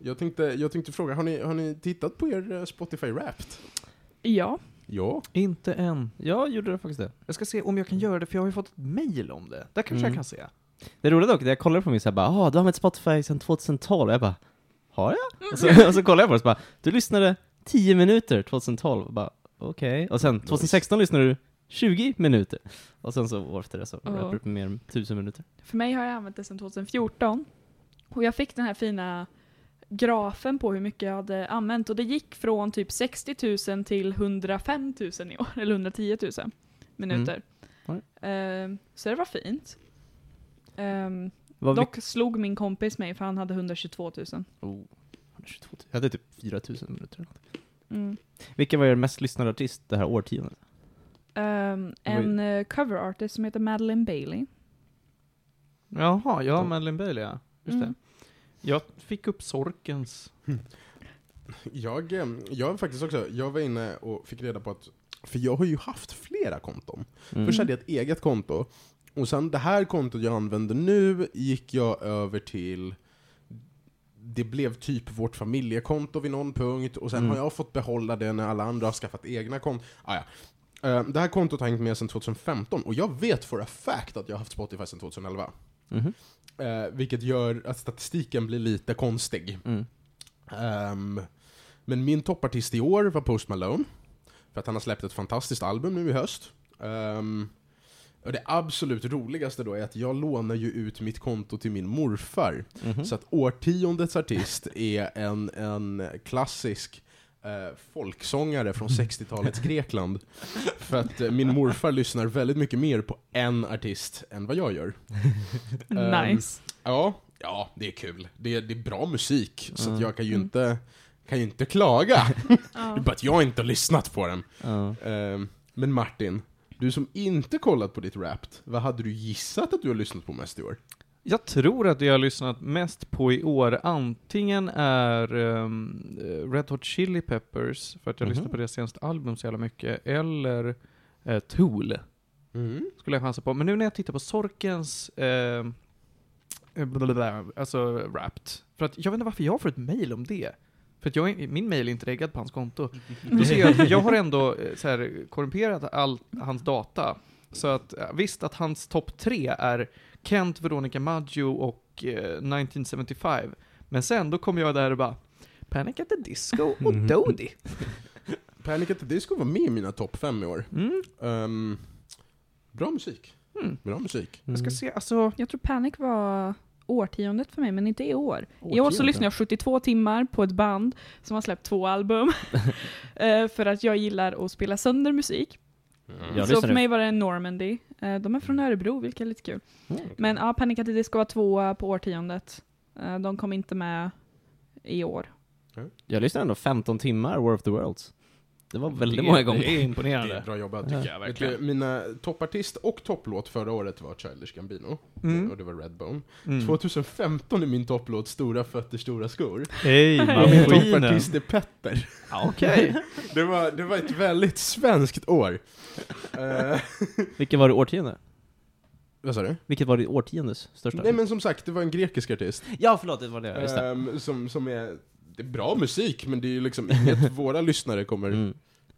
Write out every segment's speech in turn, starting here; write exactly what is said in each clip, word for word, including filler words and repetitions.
Jag tänkte, jag tänkte fråga, har ni, har ni tittat på er Spotify Wrapped? Ja. Ja. Inte än. Jag gjorde det faktiskt det. Jag ska se om jag kan göra det, för jag har ju fått ett mejl om det. Där kanske Mm. jag kan se. Det är roligt dock, när jag kollar på mig så här bara, ah, du har använt Spotify sedan tjugohundratolv. Jag bara, har jag? Och så, och så kollar jag på det och så bara, du lyssnade tio minuter tjugohundratolv. Och bara, okej. Okay. Och sen tjugohundrasexton lyssnade du tjugo minuter. Och sen så år efter det så Oh. rappar du på mer än tusen minuter. För mig har jag använt det sedan tjugohundrafjorton. Och jag fick den här fina grafen på hur mycket jag hade använt. Och det gick från typ sextio tusen till hundrafem tusen i år. Eller hundratio tusen minuter. Mm. Uh, så det var fint. Um, Vad dock slog min kompis mig för han hade hundratvåtio tusen. Oh, hundratjugotvå tusen. Jag hade typ fyra tusen minuter. Mm. Vilka var er mest lyssnade artist det här årtiondet? Um, en uh, cover artist som heter Madeleine Bailey. Jaha, ja, Madeleine Bailey, ja. Just Mm. det. Jag fick upp Sorkens. Jag, eh, jag faktiskt också, jag var inne och fick reda på att, för jag har ju haft flera konton. Mm. Först hade jag ett eget konto. Och sen det här kontot jag använder nu gick jag över till, det blev typ vårt familjekonto vid någon punkt. Och sen Mm. har jag fått behålla det när alla andra har skaffat egna konton. Ah, ja. Uh, det här kontot har hängt med sedan tjugohundrafemton. Och jag vet för a fact att jag har haft Spotify sedan tjugohundraelva. Mhm. Uh, vilket gör att statistiken blir lite konstig. Mm. Um, men min toppartist i år var Post Malone. För att han har släppt ett fantastiskt album nu i höst. Um, och det absolut roligaste då är att jag lånar ju ut mitt konto till min morfar. Mhm. Så att årtiondets artist är en, en klassisk eh, folksångare från sextiotalets Grekland. För att eh, min morfar lyssnar väldigt mycket mer på en artist än vad jag gör. Nice. Ja, ja, det är kul. Det är, det är bra musik, så att Mm. jag kan ju Mm. inte, kan ju inte klaga. Det är Ja. bara att jag inte har lyssnat på den. Ja. Ehm, men Martin, du som inte kollat på ditt Wrapped, vad hade du gissat att du har lyssnat på mest i år? Jag tror att det jag har lyssnat mest på i år antingen är um, Red Hot Chili Peppers, för att jag Mhm. lyssnade på deras senaste album så jävla mycket, eller uh, Tool Mm. skulle jag chansa på. Men nu när jag tittar på Sorkens uh, blablabla, alltså Wrapped, för att jag vet inte varför jag får ett mejl om det. För att jag, är- min mejl är inte reggad på hans konto. Då ser jag att jag har ändå eh, så här, korrumperat all hans data. Så att eh, visst att hans topp tre är Kent, Veronica Maggio och eh, nittonhundrasjuttiofem. Men sen då kommer jag där och bara Panic at the Disco och Dodie. Panic at the Disco var med i mina topp fem i år. Mm. Ehm, bra musik. Mm. Bra musik. Jag ska se, alltså Jag tror Panic var årtiondet för mig, men inte i år. I år så Årtiondet? lyssnade jag sjuttiotvå timmar på ett band som har släppt två album. Eh, för att jag gillar att spela sönder musik. Mm. Jag Så för lyssnade- mig var det en Normandy. Eh, de är från Örebro, vilket är lite kul. Mm. Men ja, Panic at the Disco var tvåa på årtiondet. Eh, de kom inte med i år. Jag lyssnade ändå femton timmar War of the Worlds. Det var väldigt det, många det gånger. är Det är imponerande. bra jobbat. Tycker jag Vet verkligen. du, mina toppartist och topplåt förra året var Childish Gambino. Mm. Och det var Redbone. Mm. tjugohundrafemton är min topplåt Stora fötter, stora skor. Hej, Och min maskinen. toppartist är Petter. Ja, okej. Det var, det var ett väldigt svenskt år. Eh, Vilket var det årtionde? vad sa du? Vilket var det årtiondes största? Nej, men som sagt, det var en grekisk artist. Ja, förlåt, det var det. Just det. Ehm, som, som är, det är bra musik, men det är ju liksom inget våra lyssnare kommer Mm.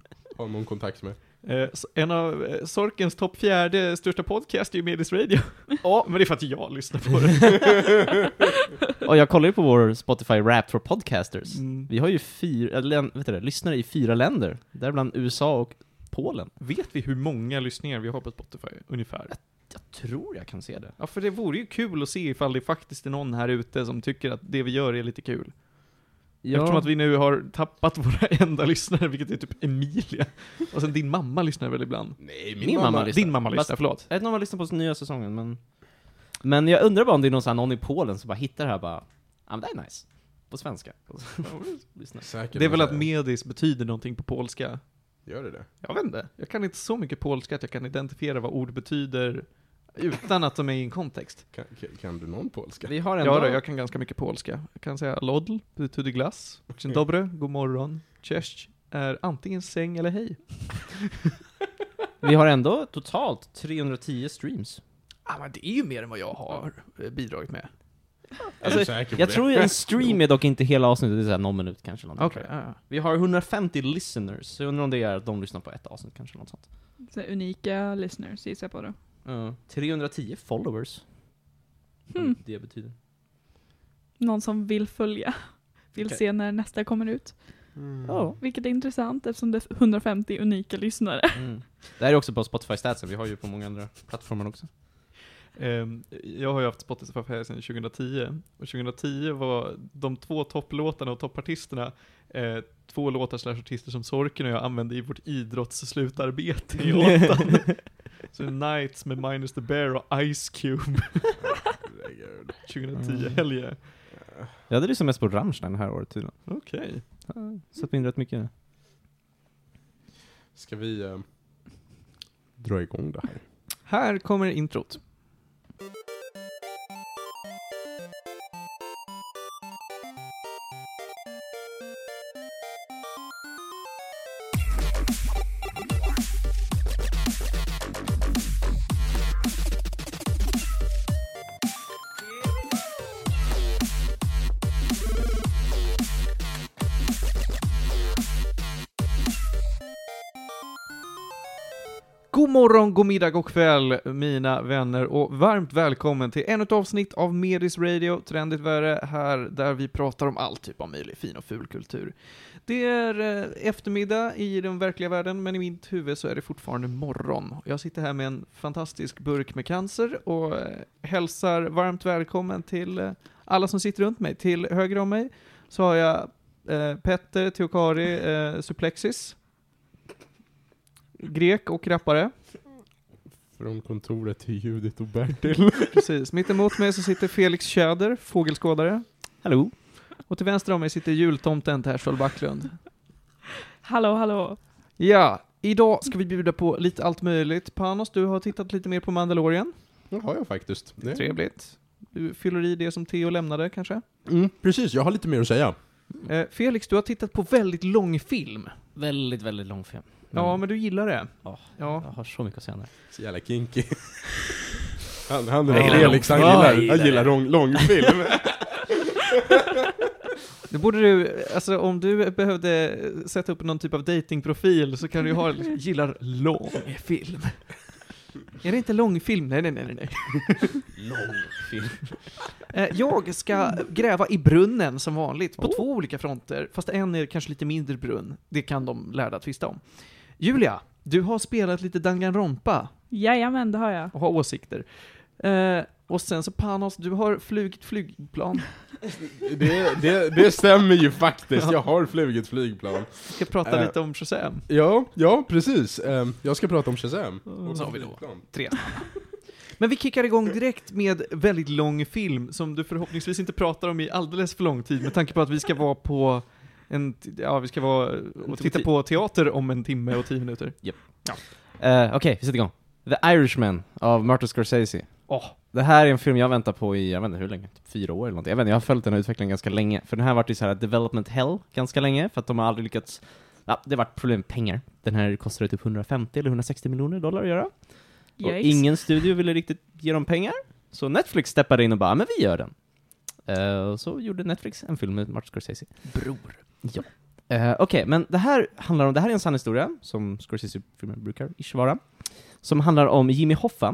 ha någon kontakt med. Eh, så en av eh, Sorkens topp fjärde största podcast är ju Medis Radio. Ja, men det är för att jag lyssnar på det. Och jag kollar ju på vår Spotify Wrapped for Podcasters. Mm. Vi har ju fyra, eller, vet du det, lyssnare i fyra länder. Däribland U S A och Polen. Vet vi hur många lyssningar vi har på Spotify, ungefär? Jag tror jag kan se det. Ja, för det vore ju kul att se ifall det faktiskt är någon här ute som tycker att det vi gör är lite kul. Eftersom att vi nu har tappat våra enda lyssnare, vilket är typ Emilia. Och sen din mamma lyssnar väl ibland? Nej, Min mamma lyssnar. Din mamma lyssnar, Fast- förlåt. Jag vet inte om man lyssnar på nya säsongen, men... Men jag undrar bara om det är någon, sån här, någon i Polen som bara hittar det här bara... Ja, men det är nice. På svenska. Lyssna. Säkert Det är väl att säga. Medis betyder någonting på polska. Gör det det? Jag vet inte. Jag kan inte så mycket polska att jag kan identifiera vad ord betyder utan att de är i en kontext. Kan, kan, kan du någon polska? Vi har ändå... Ja, då, jag kan ganska mycket polska. Jag kan säga lodl, betyder glass. Dzień dobry, god morgon. Cześć är antingen säng eller hej. Vi har ändå totalt trehundratio streams. Ah, men det är ju mer än vad jag har eh, bidragit med. Alltså, säker på jag det? tror ju en stream är dock inte hela avsnittet, det är såhär någon minut kanske. Okej, Okay. ja, ja. Vi har hundrafemtio listeners, så jag undrar om det är att de lyssnar på ett avsnitt kanske, något sånt. Så unika listeners gissar jag på då. Uh, trehundratio followers. Hmm. Vad det betyder. Någon som vill följa. Vill Okej. se när nästa kommer ut. Mm. Ja. Vilket är intressant eftersom det är hundrafemtio unika lyssnare. Mm. Det här är också på Spotify statsen, vi har ju på många andra plattformar också. Ehm, jag har ju haft Spotify sedan tjugohundratio, och tjugohundratio var de två topplåtarna och toppartisterna eh, två låtar slash artister som Sorken och jag använde i vårt idrottsslutarbete i åttan. Så Nights med Minus the Bear och Ice Cube. Herregud. tjugohundratio, Mm. hell yeah. Jag hade lyssnat mest på Rammstein det här året tydligen. Okej. Ja, satt in rätt mycket. Ska vi eh, dra igång det här? Här kommer introt. God morgon, god middag, god kväll mina vänner och varmt välkommen till ännu ett avsnitt av Medis Radio, trendigt värre, här där vi pratar om all typ av möjlig fin och ful kultur. Det är eh, eftermiddag i den verkliga världen, men i mitt huvud så är det fortfarande morgon. Jag sitter här med en fantastisk burk med cancer och eh, hälsar varmt välkommen till eh, alla som sitter runt mig. Till höger om mig så har jag eh, Petter Teokari eh, Suplexis. Grek och rappare. Från kontoret till Judith och Bertil. Precis. Mitt emot mig så sitter Felix Tjöder, fågelskådare. Hallå. Och till vänster om mig sitter jultomten Terstol Backlund. Hallå, hallå. Ja, idag ska vi bjuda på lite allt möjligt. Panos, du har tittat lite mer på Mandalorian. Det har jag faktiskt. Det. Trevligt. Du fyller i det som Theo lämnade kanske. Mm, precis, jag har lite mer att säga. Eh, Felix, du har tittat på väldigt lång film. Väldigt, väldigt lång film. Ja, men du gillar det. Ja. Ja. Jag har så mycket att säga nu. Så jävla kinky. Han, han är Jag gillar Felix, han lång- Ja, gillar, jag gillar han gillar lång, långfilm. Nu borde du, alltså om du behövde sätta upp någon typ av datingprofil så kan du ju ha, gillar lång film. Är det inte långfilm? Nej, nej, nej, nej. Lång film. Eh, Jag ska gräva i brunnen som vanligt på Oh. två olika fronter, fast en är kanske lite mindre brunn. Det kan de lärda tvista om. Julia, du har spelat lite Danganronpa Jajamän, det har jag. och har åsikter. Eh, och sen så Panos, du har flugit flygplan. det, det, det stämmer ju faktiskt, jag har flugit flygplan. Vi ska prata Eh. lite om Shazam. Ja, ja precis. Ehm, Jag ska prata om Shazam. Så har vi då. Flygplan. Tre. Men vi kickar igång direkt med väldigt lång film som du förhoppningsvis inte pratar om i alldeles för lång tid med tanke på att vi ska vara på en, ja vi ska vara och titta på teater om en timme och tio minuter. Uh, Okej, vi sätter igång. The Irishman av Martin Scorsese. Åh, Det här är en film jag väntar på i, jag vet inte hur länge, typ fyra år eller något. Jag vet inte, jag har följt den här utvecklingen ganska länge. För den här har varit i så här development hell ganska länge, för att de har aldrig lyckats, ja, det har varit problem med pengar. Den här kostade typ hundrafemtio eller hundrasextio miljoner dollar att göra. Och Yikes. ingen studio ville riktigt ge dem pengar. Så Netflix steppade in och bara, men vi gör den. Uh, och så gjorde Netflix en film med Martin Scorsese. bror. Ja. Uh, Okej, men det här handlar om, det här är en sann historia, som Scorsese-filmer brukar ish vara. Som handlar om Jimmy Hoffa,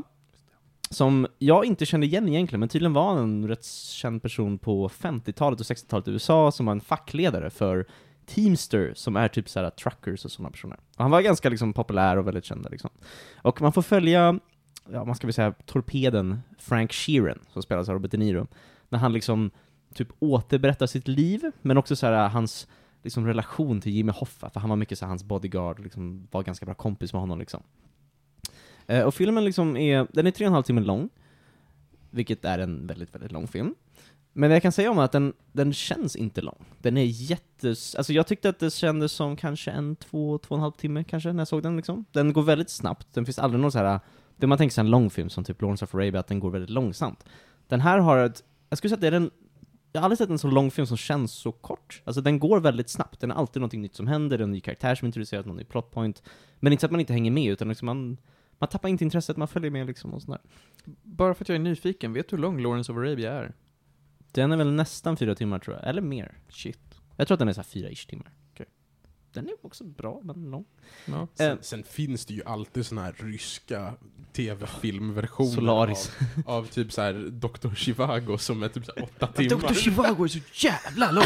som jag inte kände igen egentligen, men tydligen var en rätt känd person på femtiotalet och sextiotalet i U S A som var en fackledare för Teamster, som är typ såhär truckers och sådana personer. Och han var ganska liksom populär och väldigt känd liksom. Och man får följa, ja man ska väl säga torpeden Frank Sheeran, som spelas av Robert De Niro, när han liksom typ återberättar sitt liv, men också såhär hans liksom relation till Jimmy Hoffa, för han var mycket så här, hans bodyguard, liksom var ganska bra kompis med honom liksom. Eh, och filmen liksom är, den är tre och en halv timme lång, vilket är en väldigt, väldigt lång film. Men det jag kan säga om är att den, den känns inte lång. Den är jättes... Alltså jag tyckte att det kändes som kanske en, två, två och en halv timme kanske när jag såg den liksom. Den går väldigt snabbt. Den finns aldrig någon så här... Det man tänker sig en lång film som typ Lawrence of Arabia, att den går väldigt långsamt. Den här har ett... Jag skulle säga att det är en... Jag har aldrig sett en så lång film som känns så kort. Alltså den går väldigt snabbt. Den är alltid någonting nytt som händer. Det är en ny karaktär som introducerat, någon ny plotpoint. Men inte så att man inte hänger med, utan liksom man... Man tappar inte intresset, man följer med liksom och sådär. Bara för att jag är nyfiken, vet du hur lång Lawrence of Arabia är? Den är väl nästan fyra timmar tror jag, eller mer. Shit. Jag tror att den är så här fyra-ish timmar. Okej. Den är också bra, men lång. Ja. Sen, Eh. sen finns det ju alltid såna här ryska tv-filmversioner Solaris. Av, av typ så här doktor Zhivago som är typ så här åtta timmar. doktor Zhivago är så jävla lång!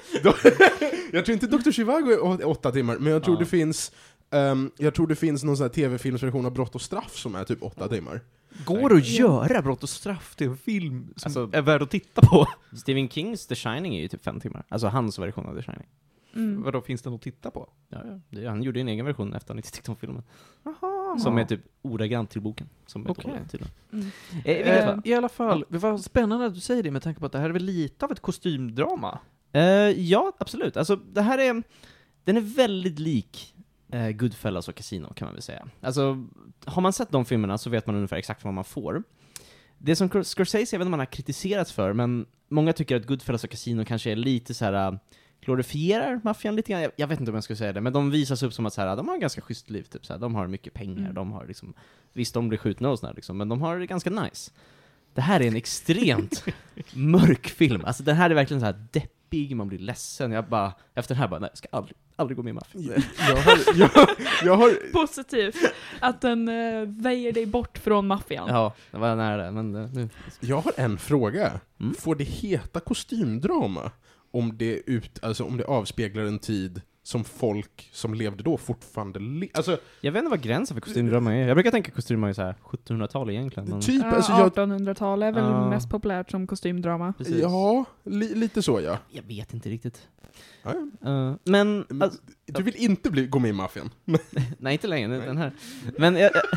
Jag tror inte doktor Zhivago är å- åtta timmar, men jag tror Ja. det finns um, jag tror det finns någon sån här tv-filmsversion av Brott och straff som är typ åtta timmar. Går att göra Brott och straff till en film som Alltså- är värd att titta på? Stephen Kings The Shining är ju typ fem timmar. Alltså hans version av The Shining. Mm. Vadå, finns det något att titta på? Ja, ja. Det, han gjorde en egen version efter han inte tyckte om filmen. Aha. Som är typ ordagrant till boken. Som är Okej. dålig, tydligen. Mm. Eh, i vilket Eh, fall. I alla fall, det var spännande att du säger det med tanke på att det här är väl lite av ett kostymdrama? Eh, ja, absolut. Alltså, det här är... Den är väldigt lik eh, Goodfellas och Casino, kan man väl säga. Alltså, har man sett de filmerna så vet man ungefär exakt vad man får. Det som Scor- Scorsese, jag vet inte om man har kritiserats för, men många tycker att Goodfellas och Casino kanske är lite så här... Uh, glorifierar maffian lite grann. Jag, jag vet inte om jag ska säga det, men de visas upp som att så här, de har en ganska schysst liv. Typ, så här. De har mycket pengar, Mm. de har liksom... Visst, de blir skjutna och sådär, liksom, men de har det ganska nice. Det här är en extremt mörk film. Alltså den här är verkligen så här deppig, man blir ledsen. Jag bara, efter den här bara, nej, jag ska aldrig, aldrig gå med i maffian. Jag, jag, har, jag, jag har Positivt att den uh, väjer dig bort från maffian. Ja, det var nära det, men uh, nu... Jag har en fråga. Mm. Får det heta kostymdrama om det, ut, alltså om det avspeglar en tid som folk som levde då fortfarande le- alltså Jag vet inte vad gränsen för kostymdrama är. Jag brukar tänka kostymdrama är så här sjuttonhundratal egentligen. Men... typ, Ja, alltså jag, artonhundratal är väl Ja. mest populärt som kostymdrama. Precis. ja, li, lite så ja. Jag vet inte riktigt. ja, ja. Uh, men, Men alltså, Du vill inte bli, gå med i maffian? nej inte längre, Nej. den här. Men jag, jag,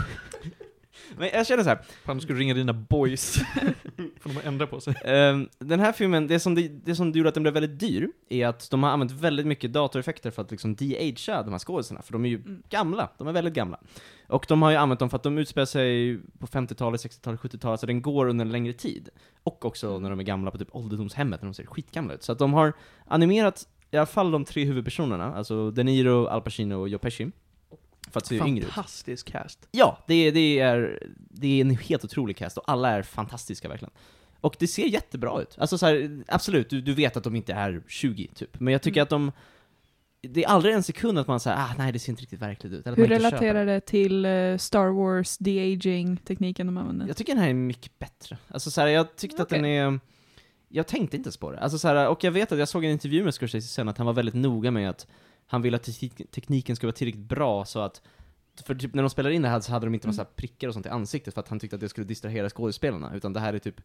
men jag känner så här. Fan, du skulle ringa dina boys. Får de ändra på sig? Ehm, den här filmen, det som, det, det som gjorde att den blev väldigt dyr är att de har använt väldigt mycket datoreffekter för att liksom de-agea de här skådespelarna, för de är ju Mm. gamla, de är väldigt gamla. Och de har ju använt dem för att de utspelar sig på femtiotalet, sextiotalet, sjuttiotalet, så den går under en längre tid. Och också när de är gamla på typ ålderdomshemmet, när de ser skitgamla ut. Så att de har animerat i alla fall de tre huvudpersonerna, alltså De Niro, Al Pacino och Joe Pesci, för att se yngre ut. Fantastisk cast. Ja, det, det, är, det är en helt otrolig cast och alla är fantastiska verkligen. Och det ser jättebra ut. Alltså så här, absolut, du, du vet att de inte är tjugo typ. Men jag tycker Mm. att de... Det är aldrig en sekund att man säger ah nej det ser inte riktigt verkligt ut. Eller att Hur man inte relaterar köper. det till eh, Star Wars de-aging-tekniken de använder? Jag tycker den här är mycket bättre. Alltså så här, jag tyckte att Okej. den är... Jag tänkte inte på det. Alltså så här, och jag vet att jag såg en intervju med Scorsese sen att han var väldigt noga med att han ville att teknik- tekniken skulle vara tillräckligt bra så att för typ när de spelade in det här så hade de inte massa Mm. prickar och sånt i ansiktet för att han tyckte att det skulle distrahera skådespelarna, utan det här är typ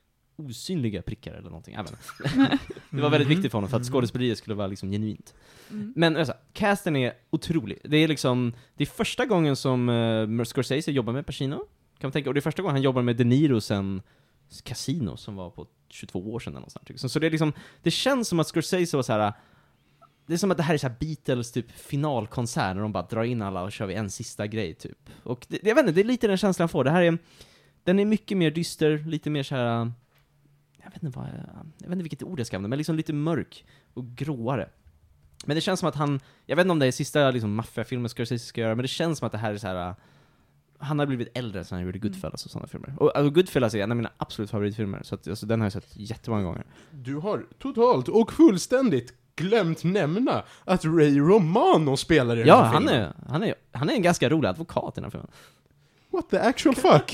osynliga prickar eller någonting. Jag vet inte. Det var väldigt viktigt för honom för att skådespeleriet skulle vara liksom genuint. Mm. Men alltså, casten är otrolig. Det är liksom, det är första gången som uh, Scorsese jobbar med Pacino, kan man tänka, och det är första gången han jobbar med De Niro sen Casino som var på tjugotvå år sedan eller någonstans. Liksom. Så det är liksom, det känns som att Scorsese var så här. Det är som att det här är så här Beatles typ finalkonsert när de bara drar in alla och kör vi en sista grej typ. Och det, jag vet inte, det är lite den känslan jag får. Det här är, den är mycket mer dyster, lite mer så här. Jag vet inte vad jag, jag vet inte vilket ord jag ska använda, men liksom lite mörk och gråare. Men det känns som att han, jag vet inte om det är sista liksom maffiafilmen Scorsese ska göra, men det känns som att det här är så här. Han har blivit äldre sen han gjorde Goodfellas och sådana filmer. Och alltså, Goodfellas är en av mina absolut favoritfilmer, så att, alltså, den har jag sett jättemånga gånger. Du har totalt och fullständigt glömt nämna att Ray Romano spelar i den Ja, här han filmen. är, han, är, han är en ganska rolig advokat i den här filmen. What the actual fuck?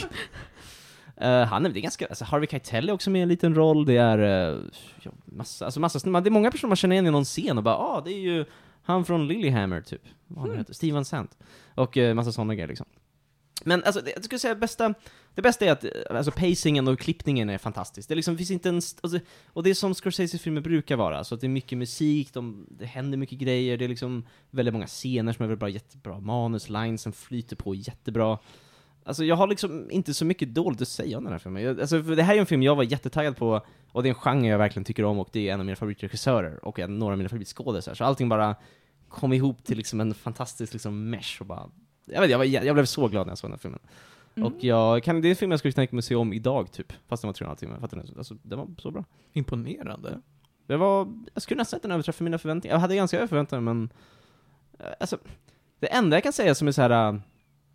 Uh, han är, det är ganska, alltså Harvey Keitel är också med i en liten roll, det är uh, ja, massa, alltså massa, man, det är många personer man känner igen i någon scen och bara, ah, det är ju han från Lilyhammer typ, vad han Mm. heter, Steven Sant, och uh, massa sådana grejer liksom. Men alltså, det, jag skulle säga bästa, det bästa är att uh, alltså, pacingen och klippningen är fantastisk. Det liksom finns inte en, st- alltså, och det är som Scorsese-filmer brukar vara, så att det är mycket musik, de, det händer mycket grejer, det är liksom väldigt många scener som är väl bara jättebra, manus, linesen flyter på jättebra. Alltså jag har liksom inte så mycket dåligt att säga om den här filmen. Jag, alltså, för det här är en film jag var jättetaggad på, och det är en genre jag verkligen tycker om, och det är en av mina favoritregissörer och en, några av mina favoritskådespelare. Så allting bara kom ihop till liksom en fantastisk liksom mesh och bara, jag vet jag, var, jag blev så glad när jag såg den här filmen. Mm. Och jag kan, det är en film jag skulle tänka mig se om idag typ, fast den var tre och en halv timme, för att den, alltså, den var så bra. Imponerande. Det var, jag skulle nästan inte överträffa mina förväntningar. Jag hade ganska höga förväntningar, men eh, alltså, det enda jag kan säga som är så här, äh,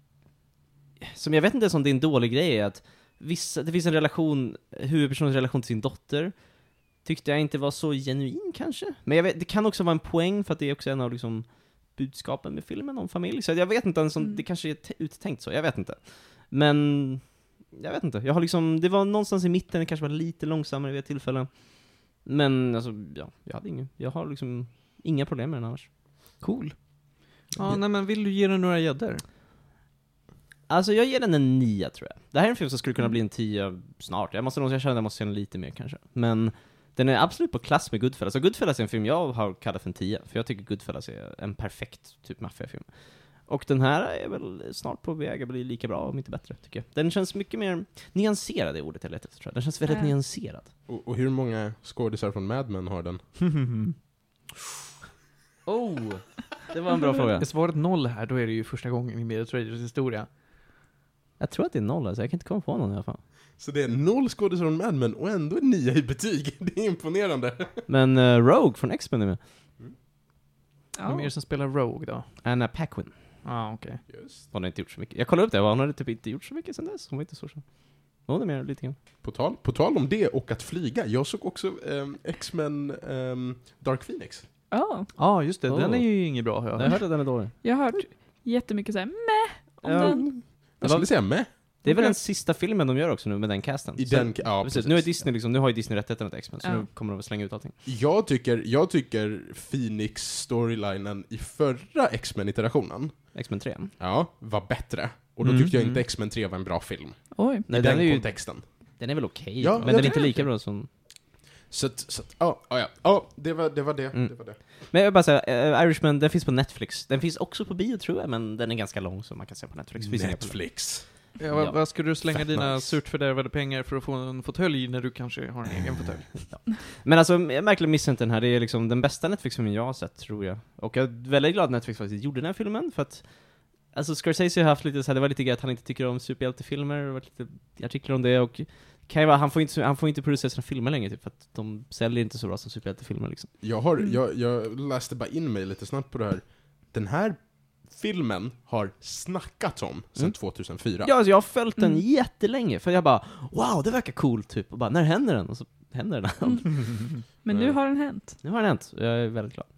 som jag vet inte om det är en dålig grej, är att vissa, det finns en relation, huvudpersonens relation till sin dotter tyckte jag inte var så genuin kanske. Men jag vet, det kan också vara en poäng för att det är också en av liksom budskapen med filmen om familj. Så jag vet inte, ens om Mm. det kanske är t- uttänkt så, jag vet inte. Men jag vet inte, jag har liksom, det var någonstans i mitten, det kanske var lite långsammare vid ett tillfälle. Men alltså, ja, jag hade ingen, jag har liksom inga problem med den annars. Cool. Ja, nej, men vill du ge den några gäddor? Alltså jag ger den en nia tror jag. Det här är en film som skulle kunna bli en tia snart. Jag måste nog, jag känner att jag måste se den lite mer kanske. Men den är absolut på klass med Goodfellas. Och Goodfellas är en film jag har kallat för en tia. För jag tycker Goodfellas är en perfekt typ maffiafilm. Och den här är väl snart på väg att bli lika bra, om inte bättre, tycker jag. Den känns mycket mer nyanserad i ordet jag letar efter, tror jag. Den känns väldigt Äh. nyanserad. Och, och hur många skådisar från Mad Men har den? Oh, det var en bra fråga. Är svaret noll här, då är det ju första gången i Media Traders historia. Jag tror att det är noll, alltså. Jag kan inte komma på någon i alla fall. Så det är noll skådisar från Mad Men och ändå en nia i betyg. Det är imponerande. Men uh, Rogue från X-Men är med. Vem är det som spelar Rogue då? Anna Paquin. Ja, ah, okej. Just. Hon har inte gjort så mycket. Jag kollade upp det, hon hade typ inte gjort så mycket sen dess. Hon var inte så så. Hon är mer lite grann. På tal, på tal om det och att flyga. Jag såg också ehm, X-Men ehm, Dark Phoenix. Ja, Ja, ah, just det. Oh. Den är ju inget bra, hör Jag jag. hörde att den är dålig. jag har hört jättemycket såhär meh om Ja. den. Jag skulle säga med. Det är väl den sista filmen de gör också nu med den casten. I Så- den, ja, precis. precis. Nu, är Disney liksom, nu har ju Disney rättigheterna till X-Men, så Ja. nu kommer de att slänga ut allting. Jag tycker, jag tycker Phoenix-storylinen i förra X-Men-iterationen X-Men tre. ja, var bättre. Och då Mm, tyckte jag inte mm. X-Men tre var en bra film. Oj. I Nej, den, den är ju, kontexten. den är väl okej, Ja, men jag den är tycker inte lika det. bra som... Så att, så att, ja, ja, ja. ja det, var, det var det. Mm. det, var det. Men jag vill bara säga, uh, Irishman, den finns på Netflix. Den finns också på bio tror jag, men den är ganska lång så man kan se på Netflix. Finns inga problem. Netflix. Ja, vad, Ja. vad ska du slänga Fett dina nice. surt fördärvade pengar för att få en fåtölj när du kanske har en egen fåtölj? Men alltså, jag märkligen missar inte den här. Det är liksom den bästa Netflix-filmen jag har sett, tror jag. Och jag är väldigt glad att Netflix faktiskt gjorde den här filmen, för att alltså Scorsese har haft lite så här, det var lite grej att han inte tycker om superhjältefilmer, det har varit lite artiklar om det, och kan ju vara, han får inte, han får inte producera sina filmer längre, typ, för att de säljer inte så bra som superhjältefilmer liksom. Jag, har, Mm. jag, jag läste bara in mig lite snabbt på det här. Den här filmen har snackats om sedan Mm. tjugohundrafyra. Ja, alltså jag har följt den Mm. jättelänge, för jag bara, wow, det verkar coolt, typ, och bara, när händer den? Och så händer den. Men nu har den hänt. Nu har den hänt, jag är väldigt glad.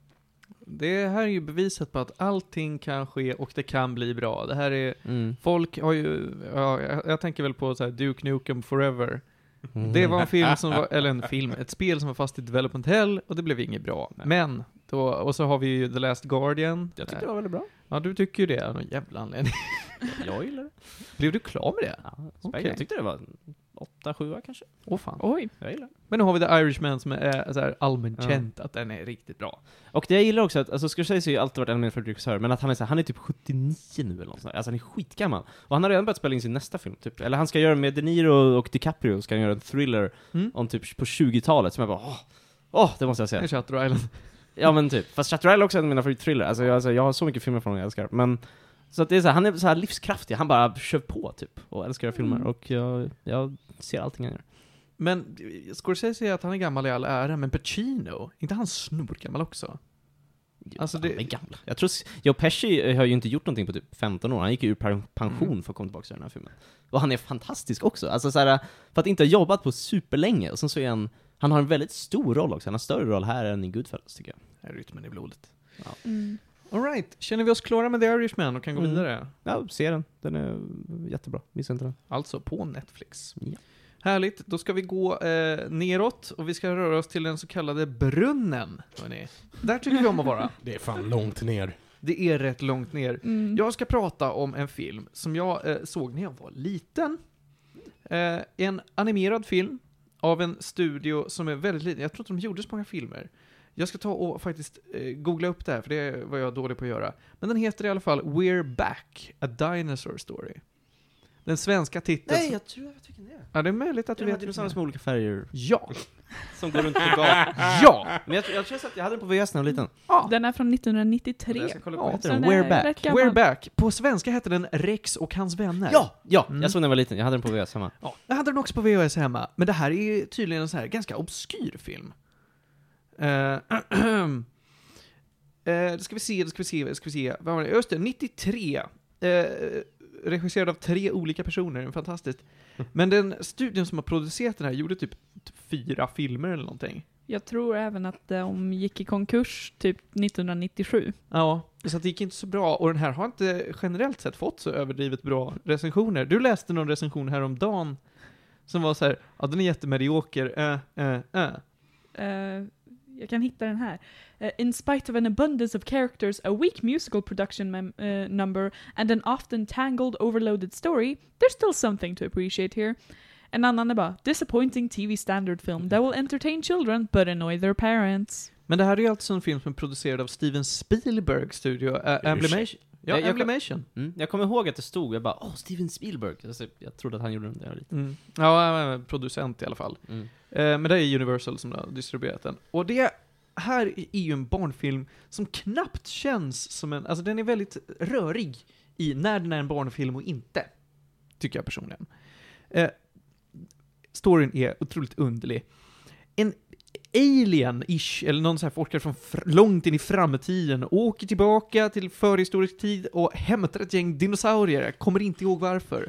Det här är ju beviset på att allting kan ske och det kan bli bra. Det här är, Mm. folk har ju, ja, jag, jag tänker väl på så här Duke Nukem Forever. Mm. Det var en film som var, eller en film, ett spel som var fast i development hell och det blev inget bra. Nej. Men, då, och så har vi ju The Last Guardian. Jag tyckte det var väldigt bra. Ja, du tycker ju det av någon jävla anledning. Jag gillar det. Blev du klar med det? Ja, Okej. Jag tyckte det var åtta, sjua kanske. Åh fan. Oj. Jag gillar det. Men nu har vi The Irishman som är så här allmänt Ja. känt att den är riktigt bra. Och det jag gillar också, att alltså Scorsese har ju alltid varit en av mina favoritregissörer, men att han är så här, han är typ sjuttionio nu eller något sånt där. Alltså han är skitgammal. Och han har redan börjat spela in sin nästa film, typ. Eller han ska göra med De Niro och DiCaprio, ska han göra en thriller Mm. om typ på tjugotalet, som jag bara, åh, åh, det måste jag säga. Shutter Island. Ja men typ, fast Shutter Island är också en av mina favoritthriller. Alltså jag, alltså jag har så mycket filmer från honom jag älskar. Men, så att det är så här, han är så här livskraftig, han bara kör på typ, och älskar att göra filmer. Mm. Och jag, jag ser allting han gör. Men Scorsese säger att han är gammal i all ära, men Pacino, inte han snorgammal också? Alltså, det- Han är gamla. Jag tror, Joe Pesci har ju inte gjort någonting på typ femton år. Han gick ju ur pen- pension Mm. för att komma tillbaka till den här filmen. Och han är fantastisk också. Alltså så här, för att inte ha jobbat på superlänge. Och sen så är han, han har en väldigt stor roll också. Han har större roll här än i Goodfellas, tycker jag. Det är rytmen i blodet. Mm. All right, känner vi oss klara med The Irishman och kan gå Mm. vidare? Ja, se den. Den är jättebra. Missa inte den. Alltså på Netflix. Ja. Härligt, då ska vi gå eh, neråt och vi ska röra oss till den så kallade brunnen. Hörrni. Där tycker vi om att vara. Det är fan långt ner. Det är rätt långt ner. Mm. Jag ska prata om en film som jag eh, såg när jag var liten. Eh, en animerad film av en studio som är väldigt liten. Jag tror inte de gjorde så många filmer. Jag ska ta och faktiskt eh, googla upp det här, för det var jag dålig på att göra. Men den heter i alla fall We're Back, A Dinosaur Story. Den svenska titeln... Nej, jag tror jag vet vilken det är. Ja, det är möjligt att du Du vet vet vilken det dinosaurier är. med olika färger. Ja! Som går runt på gatan. Ja! Men jag, jag känns att jag hade den på V H S när jag var liten. ja. Den är från nittonhundranittiotre. Jag ska kolla på Ja, vad heter så den. den är We're Back. rätt gammal. We're Back. På svenska hette den Rex och hans vänner. Ja! Ja, Mm. jag såg när jag var liten. Jag hade den på V H S hemma. Ja, jag hade den också på V H S hemma, men det här är tydligen en så här ganska obskyr film. Uh, uh, ska vi se, det ska vi se, det ska vi se. Vad var det? Just det, nittiotre. Uh, regisserad av tre olika personer, fantastiskt. Men den studion som har producerat den här gjorde typ fyra filmer eller någonting. Jag tror även att de gick i konkurs typ nittonhundranittiosju. Ja, så att det gick inte så bra. Och den här har inte generellt sett fått så överdrivet bra recensioner. Du läste någon recension här om dagen som var så här, ja den är jättemedioker, äh, äh, äh. Uh, jag kan hitta den här. Uh, in spite of an abundance of characters, a weak musical production mem- uh, number, and an often tangled, overloaded story, there's still something to appreciate here. En annan är bara, disappointing T V standard film that will entertain children but annoy their parents. Men det här är ju alltså en film som är producerad av Steven Spielberg Studio, äh, Amblimation. Ja, Jag- jag- Amblimation. Mm. Jag kommer ihåg att det stod, jag bara, åh, Steven Spielberg. Alltså, jag trodde att han gjorde den där lite. Mm. Ja, äh, producent i alla fall. Mm. Eh, men det är Universal som har distribuerat den. Och det här är ju en barnfilm som knappt känns som en... Alltså den är väldigt rörig i när den är en barnfilm och inte. Tycker jag personligen. Eh, storyn är otroligt underlig. En alien-ish, eller någon sån här forskare från fr- långt in i framtiden åker tillbaka till förhistorisk tid och hämtar ett gäng dinosaurier. Jag kommer inte ihåg varför.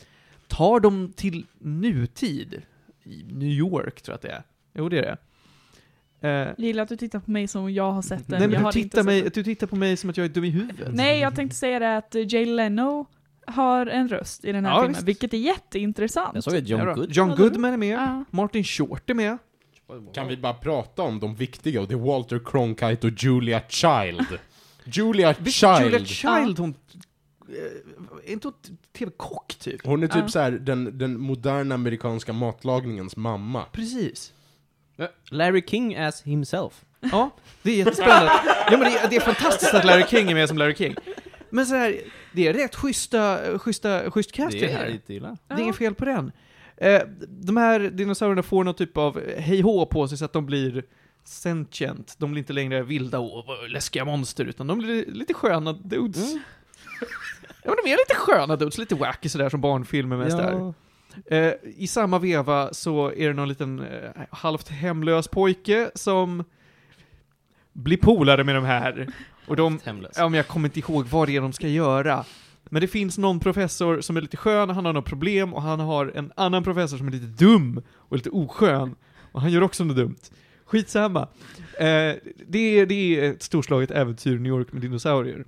Tar dem till nutid. I New York tror jag att det är. Jo, det är det. Eh, Jag gillar att du tittar på mig som jag har sett den. nej, men jag du har inte tittar, sett mig, den. du tittar på mig som att jag är dum i huvudet. Nej, jag tänkte säga det att Jay Leno har en röst i den här Ja, filmen, visst. vilket är jätteintressant. Jag såg att John Ja, då. Goodman. John hade Goodman är med. Ja. Martin Short är med. Kan vi bara prata om de viktiga, och det är Walter Cronkite och Julia Child. Julia Visst, Child. Julia Child, hon... Eh, är inte hon tv-kock typ? Hon är typ Ja. så här den, den moderna amerikanska matlagningens mamma. Precis. Larry King as himself. Ja, det är jättespännande. Ja, men det är, det är fantastiskt att Larry King är med som Larry King. Men så här, det är rätt schyssta, schyssta, schysst casting Det är här. lite illa. Det är inget fel på den. Eh, de här dinosaurierna får någon typ av hej-hå på sig så att de blir sentient. De blir inte längre vilda och läskiga monster, utan de blir lite sköna dudes. Mm. Ja, men de är lite sköna dudes, lite wacky sådär som barnfilmer mest är. Eh, I samma veva så är det någon liten eh, halvt hemlös pojke som blir polare med de här. Och de, Hemlös. ja, men jag kommer inte ihåg vad det är de ska göra. Men det finns någon professor som är lite skön, han har något problem, och han har en annan professor som är lite dum och lite oskön. Och han gör också något dumt. Skitsamma. Eh, det, är, det är ett storslaget äventyr i New York med dinosaurier.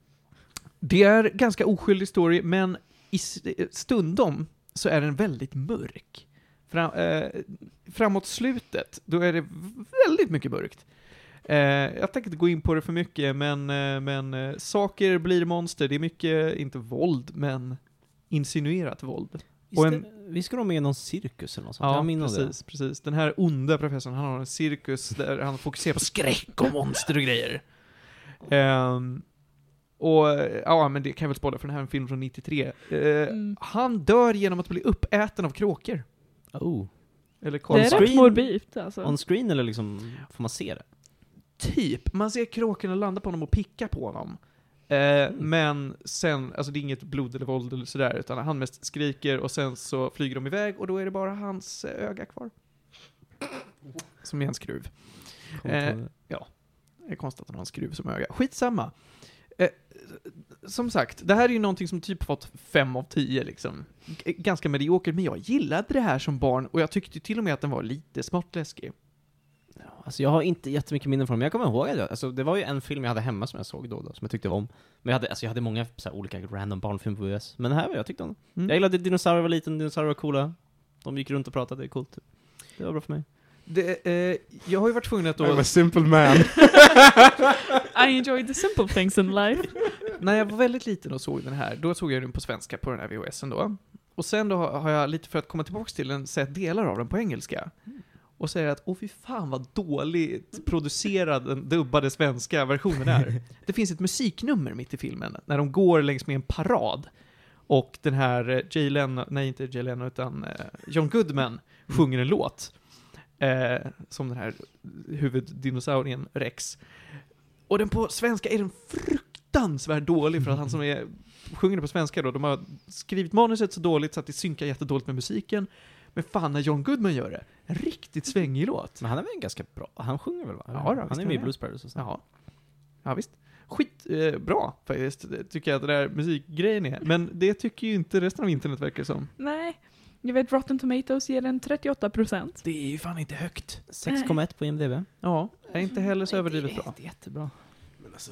Det är ganska oskyldig story, men i stundom så är den väldigt mörk. Fram, eh, framåt slutet, då är det väldigt mycket mörkt. Eh, jag tänker inte gå in på det för mycket, men, eh, men eh, saker blir monster. Det är mycket, inte våld, men insinuerat våld. Visst, och en- vi ska nog med i någon cirkus eller något sånt. Ja, Jag minns precis, precis. Den här onda professorn, han har en cirkus där han fokuserar på skräck och monster och grejer. Ehm, och ja, men det kan jag väl spåra för den här är en film från nittiotre. Eh, Mm. Han dör genom att bli uppäten av kråkor. det. Oh. Eller Det kolla. är rätt screen- morbid alltså. On screen eller liksom, får man se det? Typ, man ser kråkorna landa på honom och picka på honom. Eh, Men sen, alltså det är inget blod eller våld eller sådär, utan han mest skriker och sen så flyger de iväg och då är det bara hans eh, öga kvar. Som är en skruv. Eh, Det är konstigt att han har en skruv som öga. Skitsamma. Eh, som sagt, det här är ju någonting som typ fått fem av tio liksom. G- ganska medioker, men jag gillade det här som barn och jag tyckte till och med att den var lite smått läskig. Alltså jag har inte jättemycket minnen från den, men jag kommer ihåg att jag, alltså, det var ju en film jag hade hemma som jag såg då, då som jag tyckte om. Men jag hade, alltså, jag hade många så här, olika random barnfilm på V H S. Men den här var jag tyckte om. Mm. Jag gillade dinosaurier var liten, dinosaurier var coola. De gick runt och pratade, det är coolt. Typ. Det var bra för mig. Det, eh, jag har ju varit tvungen att då... I'm a simple man. I enjoy the simple things in life. När jag var väldigt liten och såg den här, då såg jag den på svenska på den här V H S:en då. Och sen då har jag lite för att komma tillbaka till den sett delar av den på engelska. Och säger att, åh fy fan vad dåligt producerad den dubbade svenska versionen är. Det finns ett musiknummer mitt i filmen, när de går längs med en parad. Och den här eh, Jay Leno, nej inte Jay Leno utan eh, John Goodman sjunger en låt. Eh, som den här huvuddinosaurien Rex. Och den på svenska är den fruktansvärt dålig för att han som är sjunger på svenska då, de har skrivit manuset så dåligt så att det synkar jättedåligt med musiken. Men fan när John Goodman gör det, en riktigt svängig låt. Men han är väl ganska bra. Han sjunger väl va? Ja, då, han visst är är med i det. Blues Brothers och så. Ja, ja visst. Skit eh, bra faktiskt, tycker jag att det där musikgrejen är. Men det tycker ju inte resten av internet verkar som. Nej. Jag vet Rotten Tomatoes ger den trettioåtta procent. Det är ju fan inte högt. sex komma ett på I M D B. Ja, är inte heller så överdrivet Det är bra. inte jättebra. Men alltså,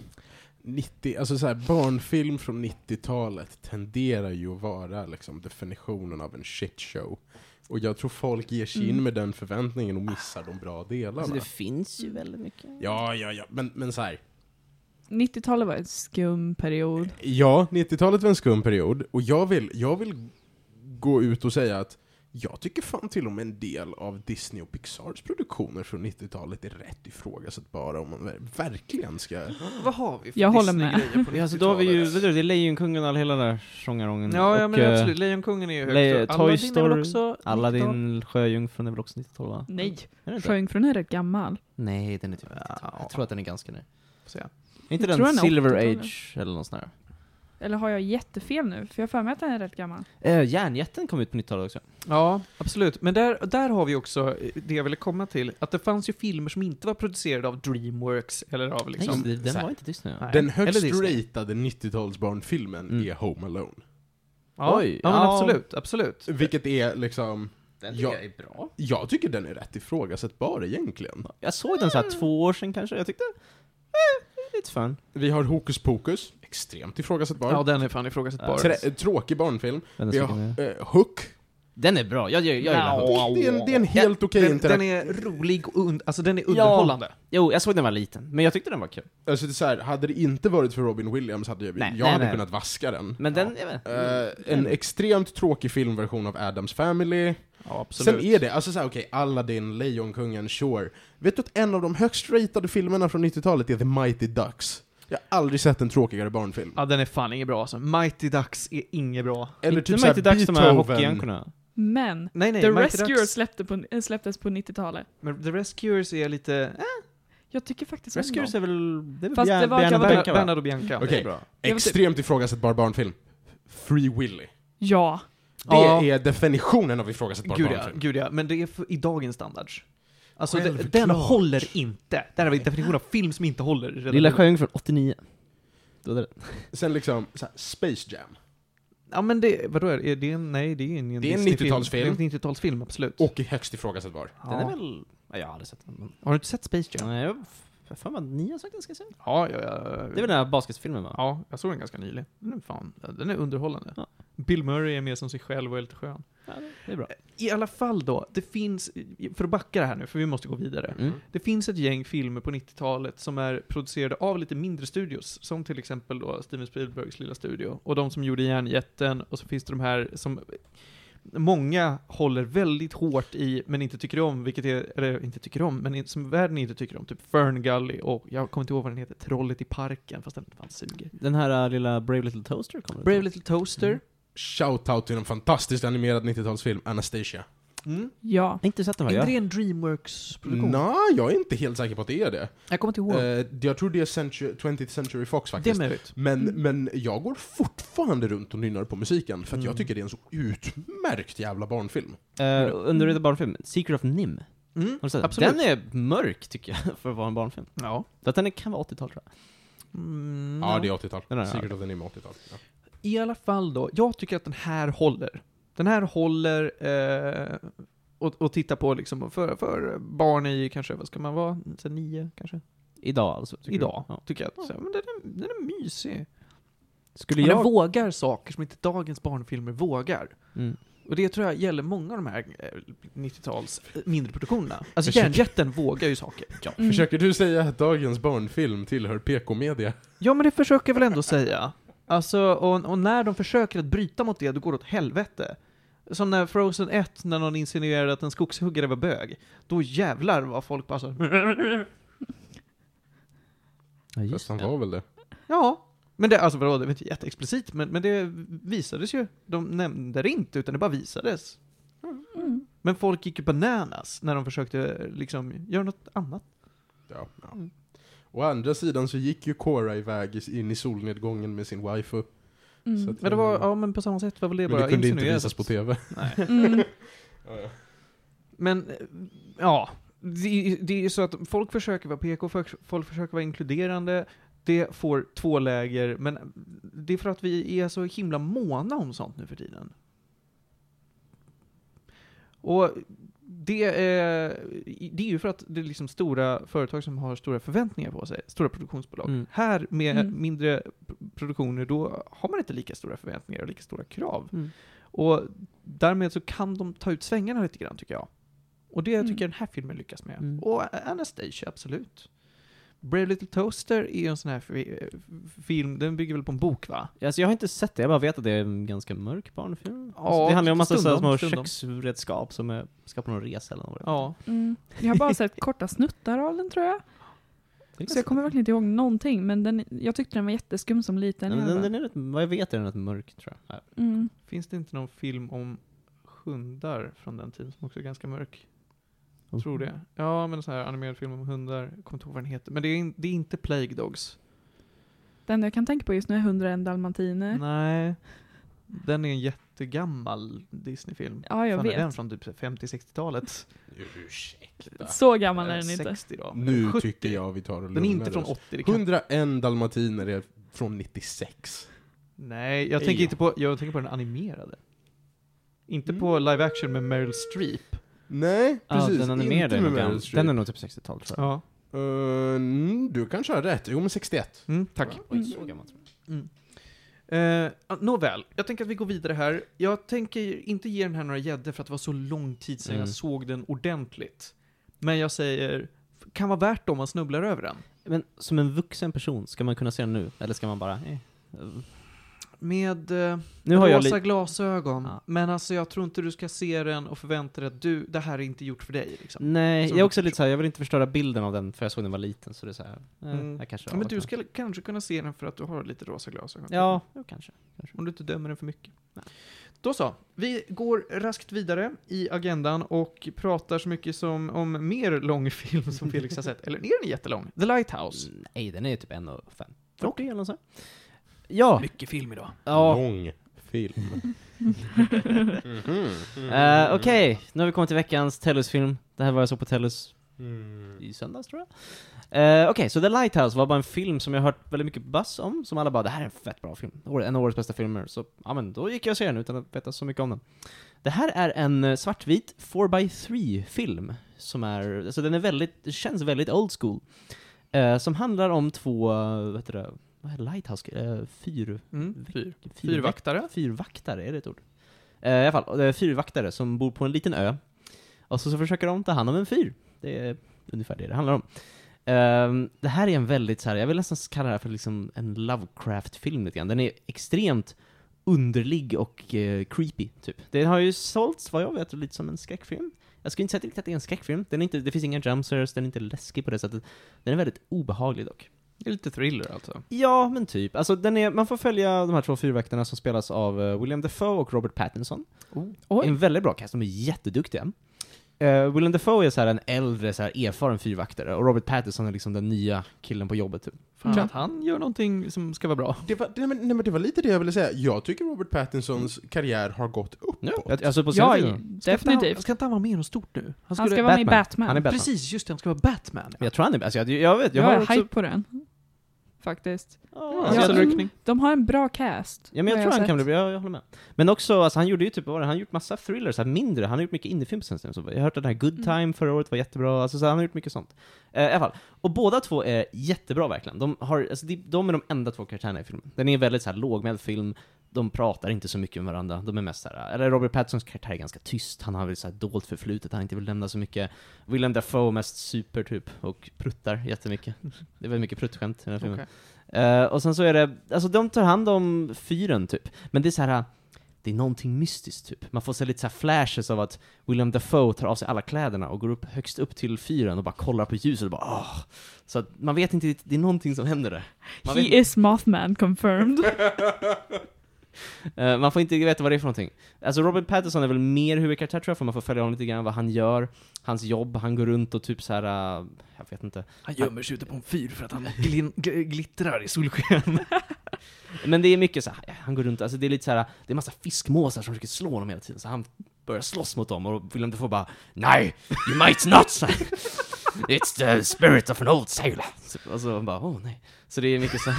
nittio, alltså så här, barnfilm från nittiotalet tenderar ju att vara liksom definitionen av en shitshow. Och jag tror folk ger sig in Mm. med den förväntningen och missar de bra delarna. Alltså det finns ju väldigt mycket. Ja, ja, ja, men, men så här. nittiotalet var en skum period. Ja, nittiotalet var en skum period. Och jag vill, jag vill gå ut och säga att jag tycker fan till och med en del av Disney och Pixars produktioner från nittiotalet är rätt ifrågasättbara om man ver- verkligen ska... Vad har vi för Jag håller med. Disney-grejer på Ja, alltså då har vi ju, nittiotalet? vet du, det är Lejonkungen och all hela där sångarongen. Ja, ja och, men eh, absolut. Lejonkungen är ju högt. Le- Och Toy Aladdin är väl Story, också nittiotal? Aladdin, Sjöjungfrun är väl också nittiotal, va? Nej, Är det inte? Sjöjungfrun är rätt gammal. Nej, den är typ nittiotal. Ja. Jag tror att den är ganska ny. Får se. Är inte Jag tror den den är Silver åttiotalet. Age eller något sånt där? Eller har jag jättefel nu? För jag har för mig att den är rätt gammal. Eh, Järnjätten kom ut på nittiotalet också. Ja, absolut. Men där, där har vi också det jag ville komma till. Att det fanns ju filmer som inte var producerade av DreamWorks eller av liksom... Nej, det- den så här- var inte Disney. Nej. Den högst Eller Disney. ratade nittiotalsbarnfilmen Mm. är Home Alone. Ja, Oj, ja, men ja. absolut, absolut. Vilket är liksom... Den Ja. jag är bra. Jag tycker den är rätt ifrågasättbar egentligen. Jag såg den så här två år sedan kanske. Jag tyckte, eh, lite fun. Vi har Hokus Pokus, extremt ifrågasättbar. Ja, den är fan ifrågasättbar. Trä- tråkig barnfilm. Den är, Vi så har med. eh, Hook. Den är bra. Jag, jag, jag gillar Hook. Det är en, det är en helt okej den, interak- den är rolig och und- alltså den är underhållande. Jo, jag såg den var liten, men jag tyckte den var kul. Alltså det är så här, hade det inte varit för Robin Williams hade jag, Nej, jag nej, hade nej. kunnat vaska den. Men den, jag vet, Eh, en extremt tråkig filmversion av Addams Family. Ja, absolut. Sen är det, alltså såhär, okej, Aladdin, Lejonkungen, sure. Vet du att en av de högst ratade filmerna från nittiotalet är The Mighty Ducks? Jag har aldrig sett en tråkigare barnfilm. Ja, den är fan inget bra alltså. Mighty Ducks är inget bra. Eller inte typ Mighty såhär Ducks, de här Beethoven. hockeyänkorna. Men Nej, nej, The Mighty Rescuers Ducks. släppte på, äh, släpptes på nittiotalet. Men The Rescuers är lite... Eh, Jag tycker faktiskt Rescuers om är dem. väl... Det är väl Fast Bjär- det var- Bjärn och jag var- Bianca, va? Bernard och Bianca. Okej. Det är bra. Jag vet- Extremt ifrågasättbar barnfilm. Free Willy. Ja. Det Ja. är definitionen av ifrågasättbar Gud ja, barnfilm. gud ja, men det är för, i dagens standards. Alltså det, Självklart. den håller inte. Där har vi en definition av film som inte håller. redan Lilla nu. Sjöjungfrun åttionio. Då är det. Sen liksom, så här, Space Jam. Ja men det, vadå är det? Är det en, nej det är ingen Det är en Disney-film. nittiotalsfilm. Det är en nittiotalsfilm, absolut. Och är högst ifrågasättbar. Den är Ja. väl... Ja, jag har aldrig sett den. Men... Har du inte sett Space Jam? Nej, jag har för mig att ni har sagt att jag ska se den. Ja, ja, ja. Det är väl den här basketfilmen, va? Ja, jag såg den ganska nyligen. Den är fan, den är underhållande. Ja. Bill Murray är mer som sig själv och är lite skön. Ja, det är bra. I alla fall då, det finns, för att backa det här nu, för vi måste gå vidare. Mm. Det finns ett gäng filmer på nittiotalet som är producerade av lite mindre studios, som till exempel då Steven Spielbergs lilla studio, och de som gjorde Järnjätten, och så finns det de här som många håller väldigt hårt i, men inte tycker om, vilket är, eller inte tycker om, men som världen inte tycker om, typ Fern Gully, och jag kommer inte ihåg vad den heter, Trollet i parken, fast den fan suger. Den här uh, lilla Brave Little Toaster kommer det Brave på. Little Toaster. Mm. Shoutout till en fantastiskt animerad nittiotalsfilm, Anastasia. Mm. Ja. Jag har inte sett den, Är va? inte det Jag... en Dreamworks-produktion? Nej, jag är inte helt säker på att det är det. Jag kommer inte ihåg. Eh, jag tror det är Century, twentieth Century Fox det är faktiskt. möjligt. Men, Mm. men jag går fortfarande runt och nynnar på musiken, för att jag Mm. tycker det är en så utmärkt jävla barnfilm. Uh, underrated barnfilm. Secret of Nim. Mm. Har du sett? Absolut. Den är mörk, tycker jag, för att vara en barnfilm. Ja. Så att den är, kan vara åttiotal, tror jag. Mm, Ja, det är åttiotal. Den är- Secret of the Nim är åttiotal. Ja. I alla fall då, jag tycker att den här håller. Den här håller eh, och, och titta på liksom för, för barn i kanske, vad ska man vara, så nio kanske? Idag alltså. tycker Idag, du? Ja. tycker jag. Så, men den, är, den är mysig. Skulle Och den jag... vågar saker som inte dagens barnfilmer vågar. Mm. Och det tror jag gäller många av de här eh, nittio-tals eh, mindre produktionerna. Alltså Försök- Järnjätten vågar ju saker. Ja. Mm. Försöker du säga att dagens barnfilm tillhör P K-media? Ja, men det försöker jag väl ändå säga. Alltså, och, och när de försöker att bryta mot det, då går det åt helvete. Som när Frozen ett, när någon insinuerade att en skogshuggare var bög. Då jävlar var folk bara så... Ja, Fast just han det. var väl det? Ja. Men det, alltså vadå, det var inte jätteexplicit, men, men det visades ju. De nämnde det inte, utan det bara visades. Mm. Men folk gick ju bananas när de försökte liksom göra något annat. Ja, ja. Mm. Å andra sidan så gick ju Cora iväg i- in i solnedgången med sin waifu. Mm. Så att- Men det var, ja men på samma sätt var väl det Men bara det kunde inte insinuerat. visas på tv. Nej. Mm. Ja, ja. Men, eh, ja. Det, det är ju så att folk försöker vara P K, folk folk försöker vara inkluderande. Det får två läger, men det är för att vi är så himla måna om sånt nu för tiden. Och det är, det är ju för att det är liksom stora företag som har stora förväntningar på sig, stora produktionsbolag. Mm. Här med Mm. mindre p- produktioner, då har man inte lika stora förväntningar och lika stora krav. Mm. Och därmed så kan de ta ut svängarna lite grann, tycker jag. Och det Mm. tycker jag den här filmen lyckas med. Mm. Och Anastasia, absolut. Brave Little Toaster är ju en sån här fi- film, den bygger väl på en bok, va? Alltså jag har inte sett det, jag bara vet att det är en ganska mörk barnfilm. Ja, alltså, det handlar ju om massa stundom, små stundom. köksredskap som är, ska på någon resa eller något. Ja. Mm. Jag har bara sett korta snuttar av den, tror jag. Så jag kommer verkligen inte ihåg någonting, men den, jag tyckte den var jätteskum som liten. Den, Jag den, bara- den är rätt, vad jag vet är den rätt mörk, tror jag. Ja. Mm. Finns det inte någon film om hundar från den tiden som också är ganska mörk? Jag tror det. Ja, men en sån här animerad film om hundar. Jag kommer inte ihåg vad den heter. Men det är, in, det är inte Plague Dogs. Den jag kan tänka på just nu är hundra och en dalmatiner. Nej. Den är en jättegammal Disney-film. Ja, jag Fan, är vet. den från typ femtio-sextiotalet? Ursäkta. Så gammal är Eller den inte. sextio då. Nu sjuttio. tycker jag vi tar och Den är inte lugnar från oss. åttio. Det kan... hundraen dalmatiner är från nittiosex. Nej, jag Nej. tänker inte på, jag tänker på den animerade. Inte Mm. på live action med Meryl Streep. Nej, Ja, precis. den animerade är inte nog med gam- Meryl Streep. Den är nog typ sextiotal, tror jag. Ja. Uh, mm, du kanske har rätt. Jo, men sextioett. Mm, tack. Oj, så gammalt. Mm. Eh, nåväl, jag tänker att vi går vidare här. Jag tänker inte ge den här några gäddor för att det var så lång tid sedan Mm. jag såg den ordentligt. Men jag säger, kan vara värt om man snubblar över den. Men som en vuxen person, ska man kunna se den nu? Eller ska man bara... Eh. Med eh, Nu har jag rosa li- glasögon. Ja. Men alltså jag tror inte du ska se den och förvänta dig att du, det här är inte gjort för dig. Liksom. Nej, Som jag är också vuxen lite såhär, jag vill inte förstöra bilden av den för jag såg den var liten, så det är såhär, eh, Mm. jag kanske Ja, men avvaktar. du ska kanske kunna se den för att du har lite rosa glasögon. Ja, ja, kanske. kanske. Om du inte dömer den för mycket. Nej. Då så. Vi går raskt vidare i agendan och pratar så mycket som om mer långfilm som Felix har sett. Eller är den jättelång? The Lighthouse. Nej, den är typ en och fem. fyrtio eller nåt sånt. Ja, Mycket film idag. ja. Lång film. Uh, Okej, nu har vi kommit till veckans Tellus-film. Det här var jag såg på Tellus Mm. i söndags, tror jag. Uh, Okej, så The Lighthouse var bara en film som jag har hört väldigt mycket buzz om, som alla bara, det här är en fett bra film. En av årets bästa filmer. Så, ja men, då gick jag och se den utan att veta så mycket om den. Det här är en eh, svartvit four by three film som är, alltså den är väldigt, det känns väldigt old school. Uh, som handlar om två, uh, vad heter det, vad är det, Lighthouse? Uh, fyr... Mm. Fyr. fyr- Fyrvaktare. Fyrvaktare, är det ett ord? Uh, I alla fall, det är fyrvaktare som bor på en liten ö. Och så, så försöker de ta hand om en fyr. Det är ungefär det det handlar om. Um, det här är en väldigt så här, jag vill nästan kalla det här för liksom en Lovecraft-film lite grann. Den är extremt underlig och uh, creepy, typ. Den har ju sålts, vad jag vet, lite som en skräckfilm. Jag skulle inte säga riktigt att det är en skräckfilm. Den är inte, det finns inga jumpscares, den är inte läskig på det sättet. Den är väldigt obehaglig dock. Det är lite thriller alltså. Ja, men typ. Alltså, den är, man får följa de här två fyrvaktarna som spelas av uh, William Dafoe och Robert Pattinson. Oj. En väldigt bra cast, de är jätteduktiga. Uh, Willem Dafoe är så här en äldre, så här erfaren fyrvaktare, och Robert Pattinson är liksom den nya killen på jobbet typ. Fan, Mm. att han gör någonting som ska vara bra. Det var, det, men, nej, men det var lite det jag ville säga. Jag tycker Robert Pattinsons karriär har gått uppåt. Ja, alltså på Ja, senare tid. Ska inte han, definitivt. ska inte han vara med i något stort nu? Han skulle- ska vara med i Batman. Batman. Han är Batman. Precis, just det, han ska vara Batman. Ja. Jag tror han är, alltså jag, jag vet, jag, Jag har är också... hype på den. Faktiskt. Ja, alltså, Ja, jag- mm, de har en bra cast. Ja, men jag har tror han sett. kan bli bra, jag, jag håller med. Men också, alltså, han gjorde ju typ, vad var det? Han har gjort massa thrillers, så här mindre, han har gjort mycket indiefilm på senaste tiden. Så jag har hört den här Good Mm. Time förra året var jättebra, alltså, så han har gjort mycket sånt. Eh, I alla fall. Och båda två är jättebra verkligen. De, har, alltså, de, de är de enda två karaktärerna i filmen. Den är en väldigt så här lågmäld film, de pratar inte så mycket med varandra, de är mest så här, eller Robert Pattinsons karaktär är ganska tyst, han har väl så här dolt förflutet, han inte vill lämna så mycket. Willem Dafoe mest super typ, och pruttar jättemycket. Det är väldigt mycket pruttskämt i den här filmen. Okej. Eh, och sen så är det, alltså de tar hand om fyren typ. Men det är så här, det är någonting mystiskt typ. Man får se lite så här flashes av att Willem Dafoe tar av sig alla kläderna och går upp högst upp till fyren och bara kollar på ljuset och bara åh. Så att man vet inte, det är någonting som händer där. Man, He vet, is Mothman confirmed. eh, man får inte veta vad det är för någonting. Alltså Robert Pattinson är väl mer huvudkaraktär tror jag, för man får följa honom lite grann vad han gör. Hans jobb, han går runt och typ så här, uh, jag vet inte. Han gömmer sig ute på en fyr för att han glin, gl- glittrar i solsken. Men det är mycket så här, han går runt, alltså det är lite så här, det är massa fiskmåsar som försöker slå honom hela tiden, så han börjar slåss mot dem och Willem Dafoe bara nej, you might not. It's the spirit of an old sailor. Och så han bara, åh nej. Så det är mycket så här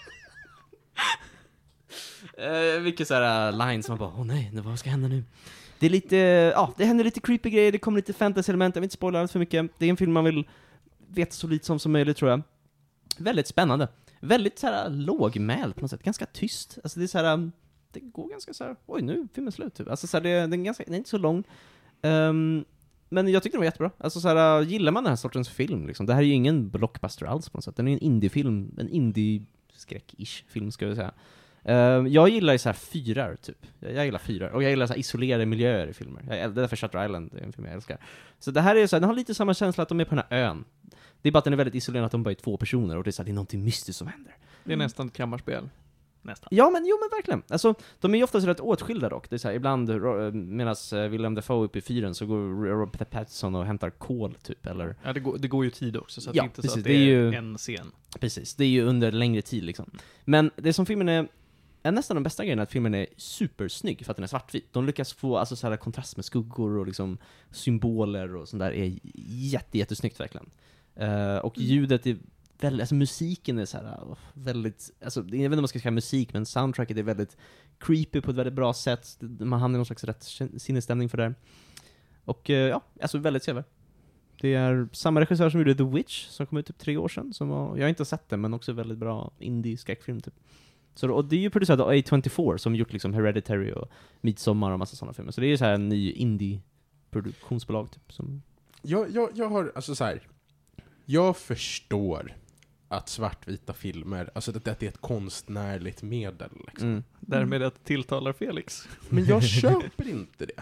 uh, mycket så här uh, lines som man bara, åh nej, vad ska hända nu? Det är lite, ja, det händer lite creepy grejer, det kommer lite fantasy-element, jag vill inte spoila allt för mycket. Det är en film man vill veta så lite som, som möjligt, tror jag. Väldigt spännande. Väldigt så här lågmäld på något sätt, ganska tyst. Alltså det är så här, det går ganska så här, oj nu är filmen slut typ. Alltså så här, det, den är ganska, den är inte så lång. Um, men jag tyckte det var jättebra. Alltså så här, gillar man den här sortens film liksom. Det här är ju ingen blockbuster alls på något sätt. Den är en indiefilm, en indie-skräck-ish film ska jag säga. Uh, jag gillar ju så här fyrar typ. Jag, jag gillar fyrar. Och jag gillar så här isolerade miljöer i filmer. Jag, det är därför Shutter Island är en film jag älskar. Så det här är så här, den har lite samma känsla att de är på den här ön. Det är bara att den är väldigt isolerad, att de bara är två personer och det är så här, det är någonting mystiskt som händer. Det är nästan ett kammarspel. Nästan. Ja, men jo men verkligen. Alltså, de är ju oftast rätt åtskilda dock. Det är så här, ibland medan Willem Dafoe uppe i fyren så går Robert Pattinson och hämtar kol typ, eller... Ja, det går, det går ju tid också, så att Ja, det är inte precis, så att det det är är, ju- en scen. Precis, det är ju under längre tid liksom. Men det som filmen är, är nästan den bästa grejen är att filmen är supersnygg för att den är svartvit. De lyckas få alltså, så här, kontrast med skuggor och liksom symboler och sånt där är jätte, jättesnyggt verkligen. Uh, och ljudet är väldigt, alltså musiken är så här uh, väldigt, alltså jag vet inte om man ska säga musik, men soundtracket är väldigt creepy på ett väldigt bra sätt. Man hamnar i någon slags rätt sinnesstämning för det. Och uh, ja, alltså väldigt sevärd. Det är samma regissör som gjorde The Witch, som kom ut typ tre år sedan. Som var, jag har inte sett den, men också väldigt bra indie-skräckfilm typ. Så, och det är ju producerat av A tjugofyra som gjort liksom Hereditary och Midsommar och massa sådana filmer. Så det är ju så här en ny indie-produktionsbolag typ. Som... Jag, jag, jag har, alltså så här. Jag förstår att svartvita filmer, alltså det, det är ett konstnärligt medel liksom. Mm. Därmed att tilltalar Felix. Men jag köper inte det.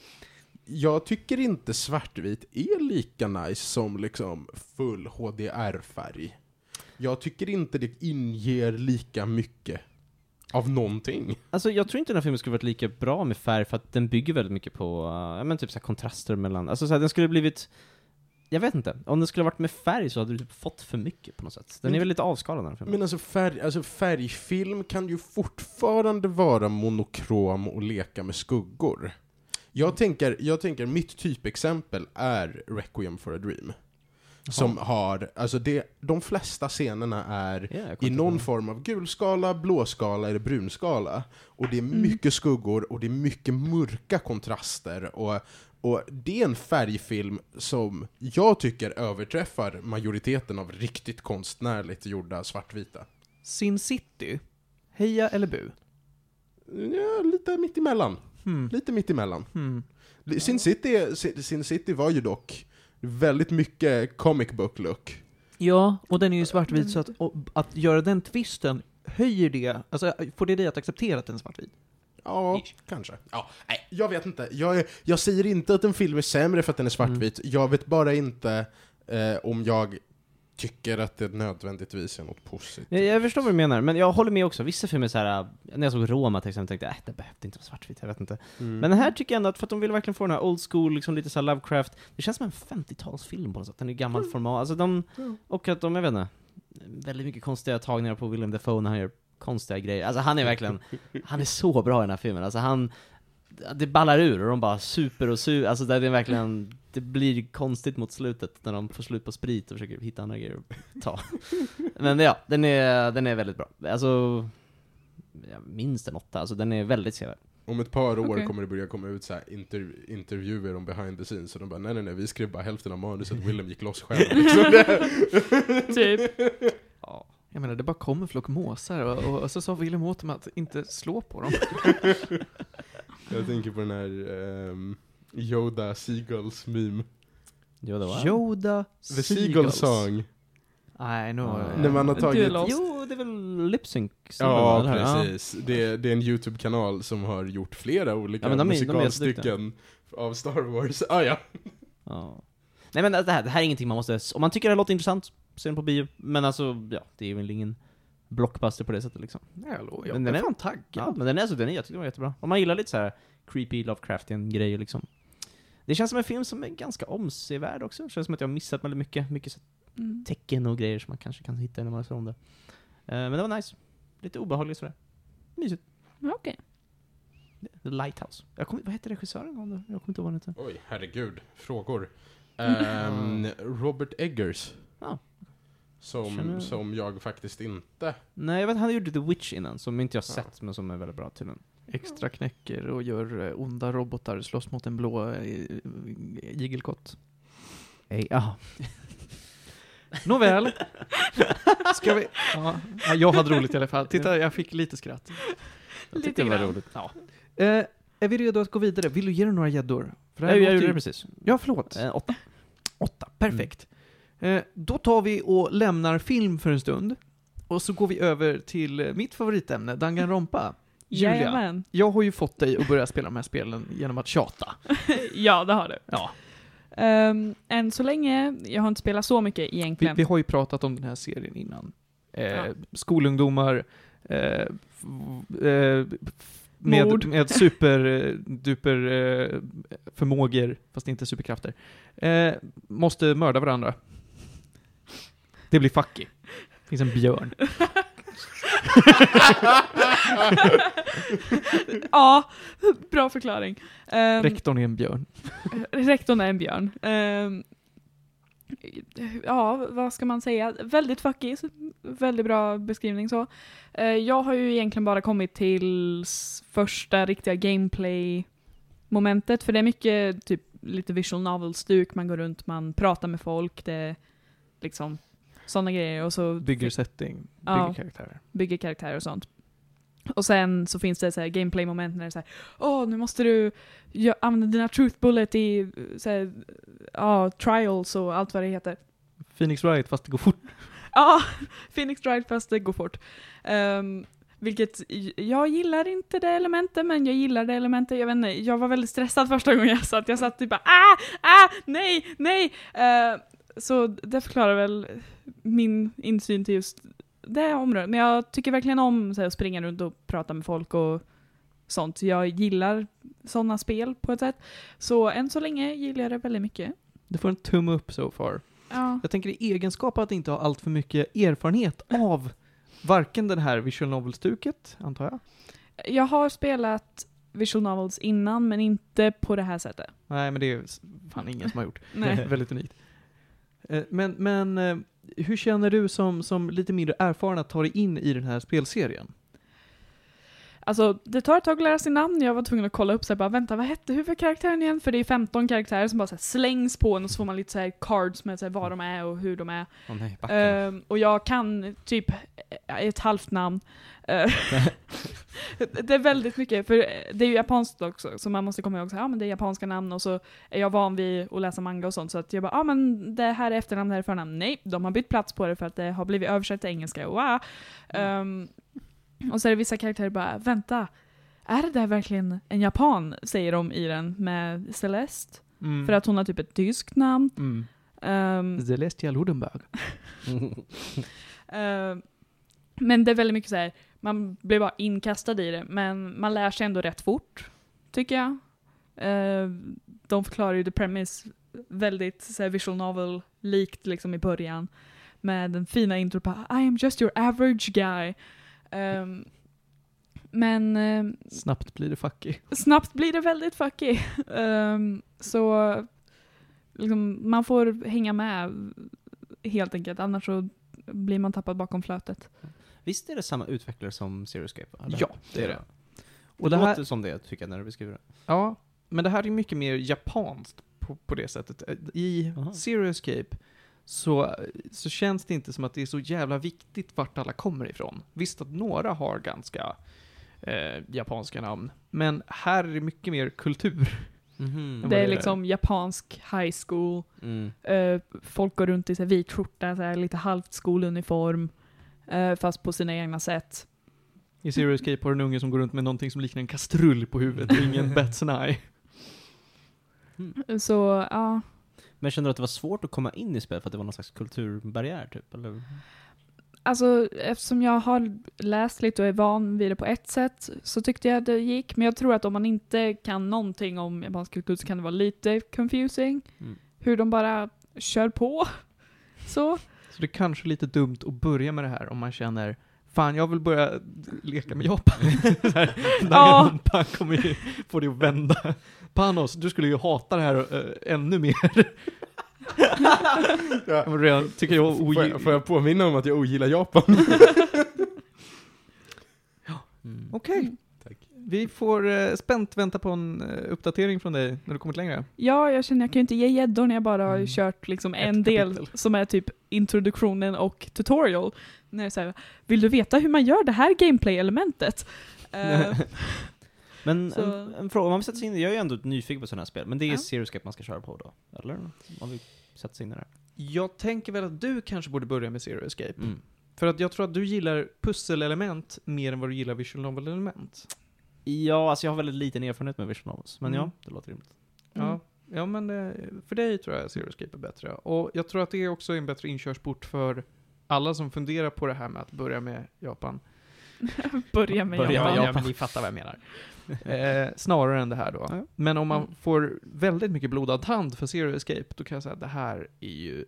Jag tycker inte svartvit är lika nice som liksom full H D R-färg. Jag tycker inte det inger lika mycket av någonting. Alltså jag tror inte den här filmen skulle varit lika bra med färg, för att den bygger väldigt mycket på uh, ja, men typ så här kontraster mellan, alltså så här, den skulle blivit, jag vet inte, om den skulle varit med färg så hade du typ fått för mycket på något sätt. Den Men- är väl lite avskalad den här filmen. Men alltså, färg, alltså färgfilm kan ju fortfarande vara monokrom och leka med skuggor. Jag tänker, jag tänker mitt typexempel är Requiem for a Dream. Som har, alltså det, de flesta scenerna är Ja, jag kommer i inte någon ihåg. form av gulskala, blåskala eller brunskala. Och det är mycket skuggor och det är mycket mörka kontraster. Och, och det är en färgfilm som jag tycker överträffar majoriteten av riktigt konstnärligt gjorda svartvita. Sin City. Heja eller bu? Ja, lite mitt emellan. Hmm. Lite mitt emellan. Hmm. Sin City, Sin- Sin City var ju dock väldigt mycket comic book look. Ja, och den är ju svartvit, så att, och, att göra den twisten höjer det, alltså får det dig att acceptera att den är svartvit? Ja, Ish. kanske. Ja, nej, jag vet inte. Jag, är, jag säger inte att en film är sämre för att den är svartvit. Jag vet bara inte eh, om jag tycker att det nödvändigtvis är något positivt. Jag, jag förstår vad du menar, men jag håller med också. Vissa filmer är så här, äh, när jag såg Roma till exempel tänkte jag, äh, det behövde inte vara svartvitt, jag vet inte. Mm. Men den här tycker jag ändå att, för att de vill verkligen få den här old school, liksom lite så här Lovecraft, det känns som en femtiotalsfilm på något sätt. Den är gammal Mm. format, alltså de, Mm. och att de, jag vet inte, väldigt mycket konstiga tagningar på Willem Dafoe när han gör konstiga grejer. Alltså han är verkligen, han är så bra i den här filmen. Alltså han, det ballar ur och de bara super och super, alltså där det är verkligen, det blir konstigt mot slutet när de får slut på sprit och försöker hitta andra grejer att ta. Men ja, den är, den är väldigt bra. Alltså, jag minns den åtta, alltså den är väldigt sevärd. Om ett par år Okej. kommer det börja komma ut så här interv- intervjuer om behind the scenes. Så de bara, nej nej nej, vi skrev bara hälften av manuset, Willem gick loss själv. Liksom det. Typ. Ja. Jag menar, det bara kommer flock måsar och, och, och så sa Willem åt dem att inte slå på dem. Jag tänker på den här um, Yoda Seagulls meme. Jo, det var. Yoda The Seagull Song. Nej, nu har jag... När man har Du tagit... är lost. Jo, det är väl lip-sync. Ja, eller? precis. Det, det är en YouTube-kanal som har gjort flera olika Ja, men de är- de är musikalstycken av Star Wars. Ah, ja. Ja. Nej men det här, det här är ingenting man måste, om man tycker det här låter intressant, se den på bio. Men alltså, ja, det är väl ingen blockbuster på det sättet liksom. Nej, hallå, Men jag den är är- fan taggad. Ja, men den är alltså, den är, jag tycker den var jättebra. Om man gillar lite så här creepy Lovecraftian grejer liksom. Det känns som en film som är ganska omsevärd också. Det känns som att jag har missat väldigt mycket, mycket så Mm. tecken och grejer som man kanske kan hitta när man ser om det. Uh, men det var nice. Lite obehagligt sådär. Mysigt. Ja, okej. The Lighthouse. Jag kom, vad heter regissören? Om det? Jag kommer inte ihåg vad han heter. Oj, herregud. Frågor. Ehm, Robert Eggers. Ja. Som, Känner- som jag faktiskt inte... Nej, jag vet han gjorde The Witch innan, som inte jag Ja. sett, men som är väldigt bra till den. extra knäcker och gör eh, onda robotar slåss mot en blå eh, igelkott. Ej, ja. Nåväl. Ska vi... Ja, jag hade roligt i alla fall. Titta, jag fick lite skratt. Jag Lite tyckte det var grann. roligt. Ja. Eh, är vi redo att gå vidare? Vill du ge dig några gäddor? För det här Jag, jag låter gjorde ju- det precis. Ja, förlåt. Eh, åtta. Åtta, perfekt. Eh, då tar vi och lämnar film för en stund. Och så går vi över till eh, mitt favoritämne, Danganronpa. Julia, Jajamän. jag har ju fått dig att börja spela de här spelen genom att tjata. Ja, det har du. Ja. Um, än så länge, jag har inte spelat så mycket Vi, egentligen. vi har ju pratat om den här serien innan. Eh, Ja. Skolungdomar eh, f- eh, med, Mord. med super eh, duper eh, förmågor, fast inte superkrafter, eh, måste mörda varandra. Det blir fucky. Det finns en björn. Ja, bra förklaring. Um, Rektorn är en björn. rektorn är en björn. Um, ja, vad ska man säga? Väldigt fucky. Väldigt bra beskrivning så. Uh, jag har ju egentligen bara kommit till s- första riktiga gameplay-momentet. För det är mycket typ lite visual novel-stuk. Man går runt, man pratar med folk. Det är liksom sådana grejer. Och så Bygger setting, bygger Ja. karaktärer. bygger karaktärer och sånt. Och sen så finns det så här gameplay-moment när det är så här, åh, nu måste du gö- använda dina truth bullet i så här, ja, trials och allt vad det heter. Phoenix Wright, fast det går fort. Ja, Phoenix Drive fast det går fort. Um, vilket, jag gillar inte det elementet, men jag gillar det elementet. Jag vet inte, jag var väldigt stressad första gången jag satt. Jag satt typ bara, ah, ah, nej, nej. Uh, så det förklarar väl min insyn till just det området. Men jag tycker verkligen om så här, att springa runt och prata med folk och sånt. Jag gillar sådana spel på ett sätt. Så än så länge gillar jag det väldigt mycket. Det får en tumme upp so far. Ja. Jag tänker i egenskap att inte ha allt för mycket erfarenhet av varken den här visual novel-stuket, antar jag. Jag har spelat visual novels innan, men inte på det här sättet. Nej, men det är fan ingen som har gjort. Nej. Väldigt unikt. Eh, Men, men eh, hur känner du som, som lite mindre erfaren att ta dig in i den här spelserien? Alltså, det tar ett tag att lära sig namn. Jag var tvungen att kolla upp så här, bara, vänta, vad hette huvudkaraktären igen? För det är femton karaktärer som bara så här, slängs på en och så får man lite så här cards med så här, vad de är och hur de är. Åh nej, backa. Ehm, och jag kan typ ett halvt namn. Eh, det är väldigt mycket, för det är ju japanskt också, så man måste komma ihåg så här, ja men det är japanska namn, och så är jag van vid att läsa manga och sånt, så att jag bara, ja men det här är efternamn, det här är förnamn. Nej, de har bytt plats på det för att det har blivit översatt till engelska. Wow. Ehm, och så är det vissa karaktärer bara, vänta, är det där verkligen en japan, säger de i den med Celeste? Mm. För att hon har typ ett tyskt namn. Mm. Ehm, Celestia Ludenberg. Eh, men det är väldigt mycket så här, man blir bara inkastad i det, men man lär sig ändå rätt fort, tycker jag. Eh, de förklarar ju the premise väldigt så här, visual novel-likt liksom i början, med den fina intro på I am just your average guy. Eh, men eh, Snabbt blir det fucky. snabbt blir det väldigt fucky. Eh, så liksom, man får hänga med helt enkelt, annars så blir man tappad bakom flötet. Visst är det samma utvecklare som Zero Escape? Eller? Ja, det är det. Och Och det det här- låter som det, tycker jag, när du beskriver det. Ja, men det här är mycket mer japanskt på, på det sättet. I Aha. Zero Escape så, så känns det inte som att det är så jävla viktigt vart alla kommer ifrån. Visst att några har ganska eh, japanska namn, men här är det mycket mer kultur. Mhm. vad Det det är är. liksom japansk high school. Mm. Eh, folk går runt i så här vit skjorta, så här lite halvt skoluniform. Eh, fast på sina egna sätt. I Zero Escape har du en unge som går runt med någonting som liknar en kastrull på huvudet och ingen bats an eye. Så, ja. Men kände du att det var svårt att komma in i spel för att det var någon slags kulturbarriär, typ? Eller? Alltså, eftersom jag har läst lite och är van vid det på ett sätt, så tyckte jag det gick. Men jag tror att om man inte kan någonting om japansk kultur så kan det vara lite confusing. Mm. Hur de bara kör på. Så. Så det är kanske lite dumt att börja med det här om man känner fan, jag vill börja leka med Japan. Så här, Ja. Danganronpa kommer ju få dig att vända. Panos, du skulle ju hata det här äh, ännu mer. Ja. Jag redan, tycker jag Får jag, ogillar. får jag påminna om att jag ogillar Japan? Mm. Okej. Tack. Vi får eh, spänt vänta på en eh, uppdatering från dig när du kommit längre. Ja, jag känner jag kan ju inte ge gäddor när jag bara har Mm. kört liksom Ett en del kapitel. som är typ introduktionen och tutorial. När det är så här, vill du veta hur man gör det här gameplay-elementet? Eh, Men Så- en, en fråga, om man vill sätta sig in i det, jag är ju ändå nyfiken på sådana här spel, men det är Ja. Serious man ska köra på då? Eller? Om vi sätter sig in i det här. Jag tänker väl att du kanske borde börja med Zero Escape. Mm. För att jag tror att du gillar pusselelement mer än vad du gillar visual novel-element. Ja, alltså jag har väldigt liten erfarenhet med visual novels, men Mm. ja, det låter rimligt. Mm. Ja, ja, men eh, för dig tror jag Zero Escape är bättre. Och jag tror att det är också en bättre inkörsport för alla som funderar på det här med att börja med Japan. Börja med Börja ja, med ja, Japan. men ni fattar vad jag menar. Eh, snarare än det här då. Ja. Men om man Mm. får väldigt mycket blodad tand för Zero Escape, då kan jag säga att det här är ju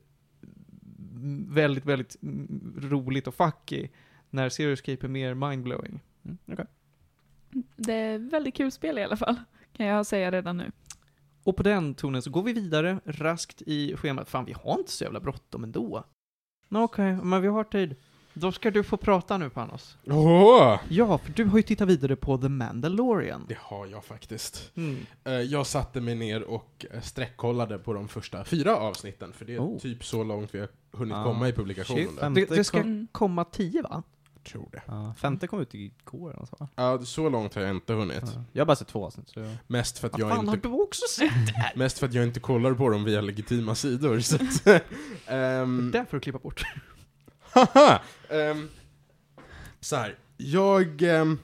mm, väldigt, väldigt mm, roligt och fucky. När Zero Escape är mer mindblowing. Mm. Okay. Det är ett väldigt kul spel i alla fall, kan jag säga redan nu. Och på den tonen så går vi vidare raskt i schemat. Fan, vi har inte så jävla bråttom ändå. Nå, Okej, okay, men vi har tid. Då ska du få prata nu, Panos. Åh! Ja, för du har ju tittat vidare på The Mandalorian. Det har jag faktiskt. Mm. Eh, Jag satte mig ner och eh, sträckkollade på de första fyra avsnitten, för det är Oh. typ så långt vi har hunnit Ah. komma i publikationen. Shit, där. fem- Det, det ska Mm. komma tio, va? Jag tror det. Ja, femte kom ut igår eller så. Ja, så långt har jag inte hunnit. Ja. Jag har bara sett två avsnitt, så jag... Mest för att Vad jag fan har inte... du också sett det här? Mest för att jag inte kollar på dem via legitima sidor. Så att, ehm, Det där får du klippa bort. haha! Ehm, så här, jag... ehm,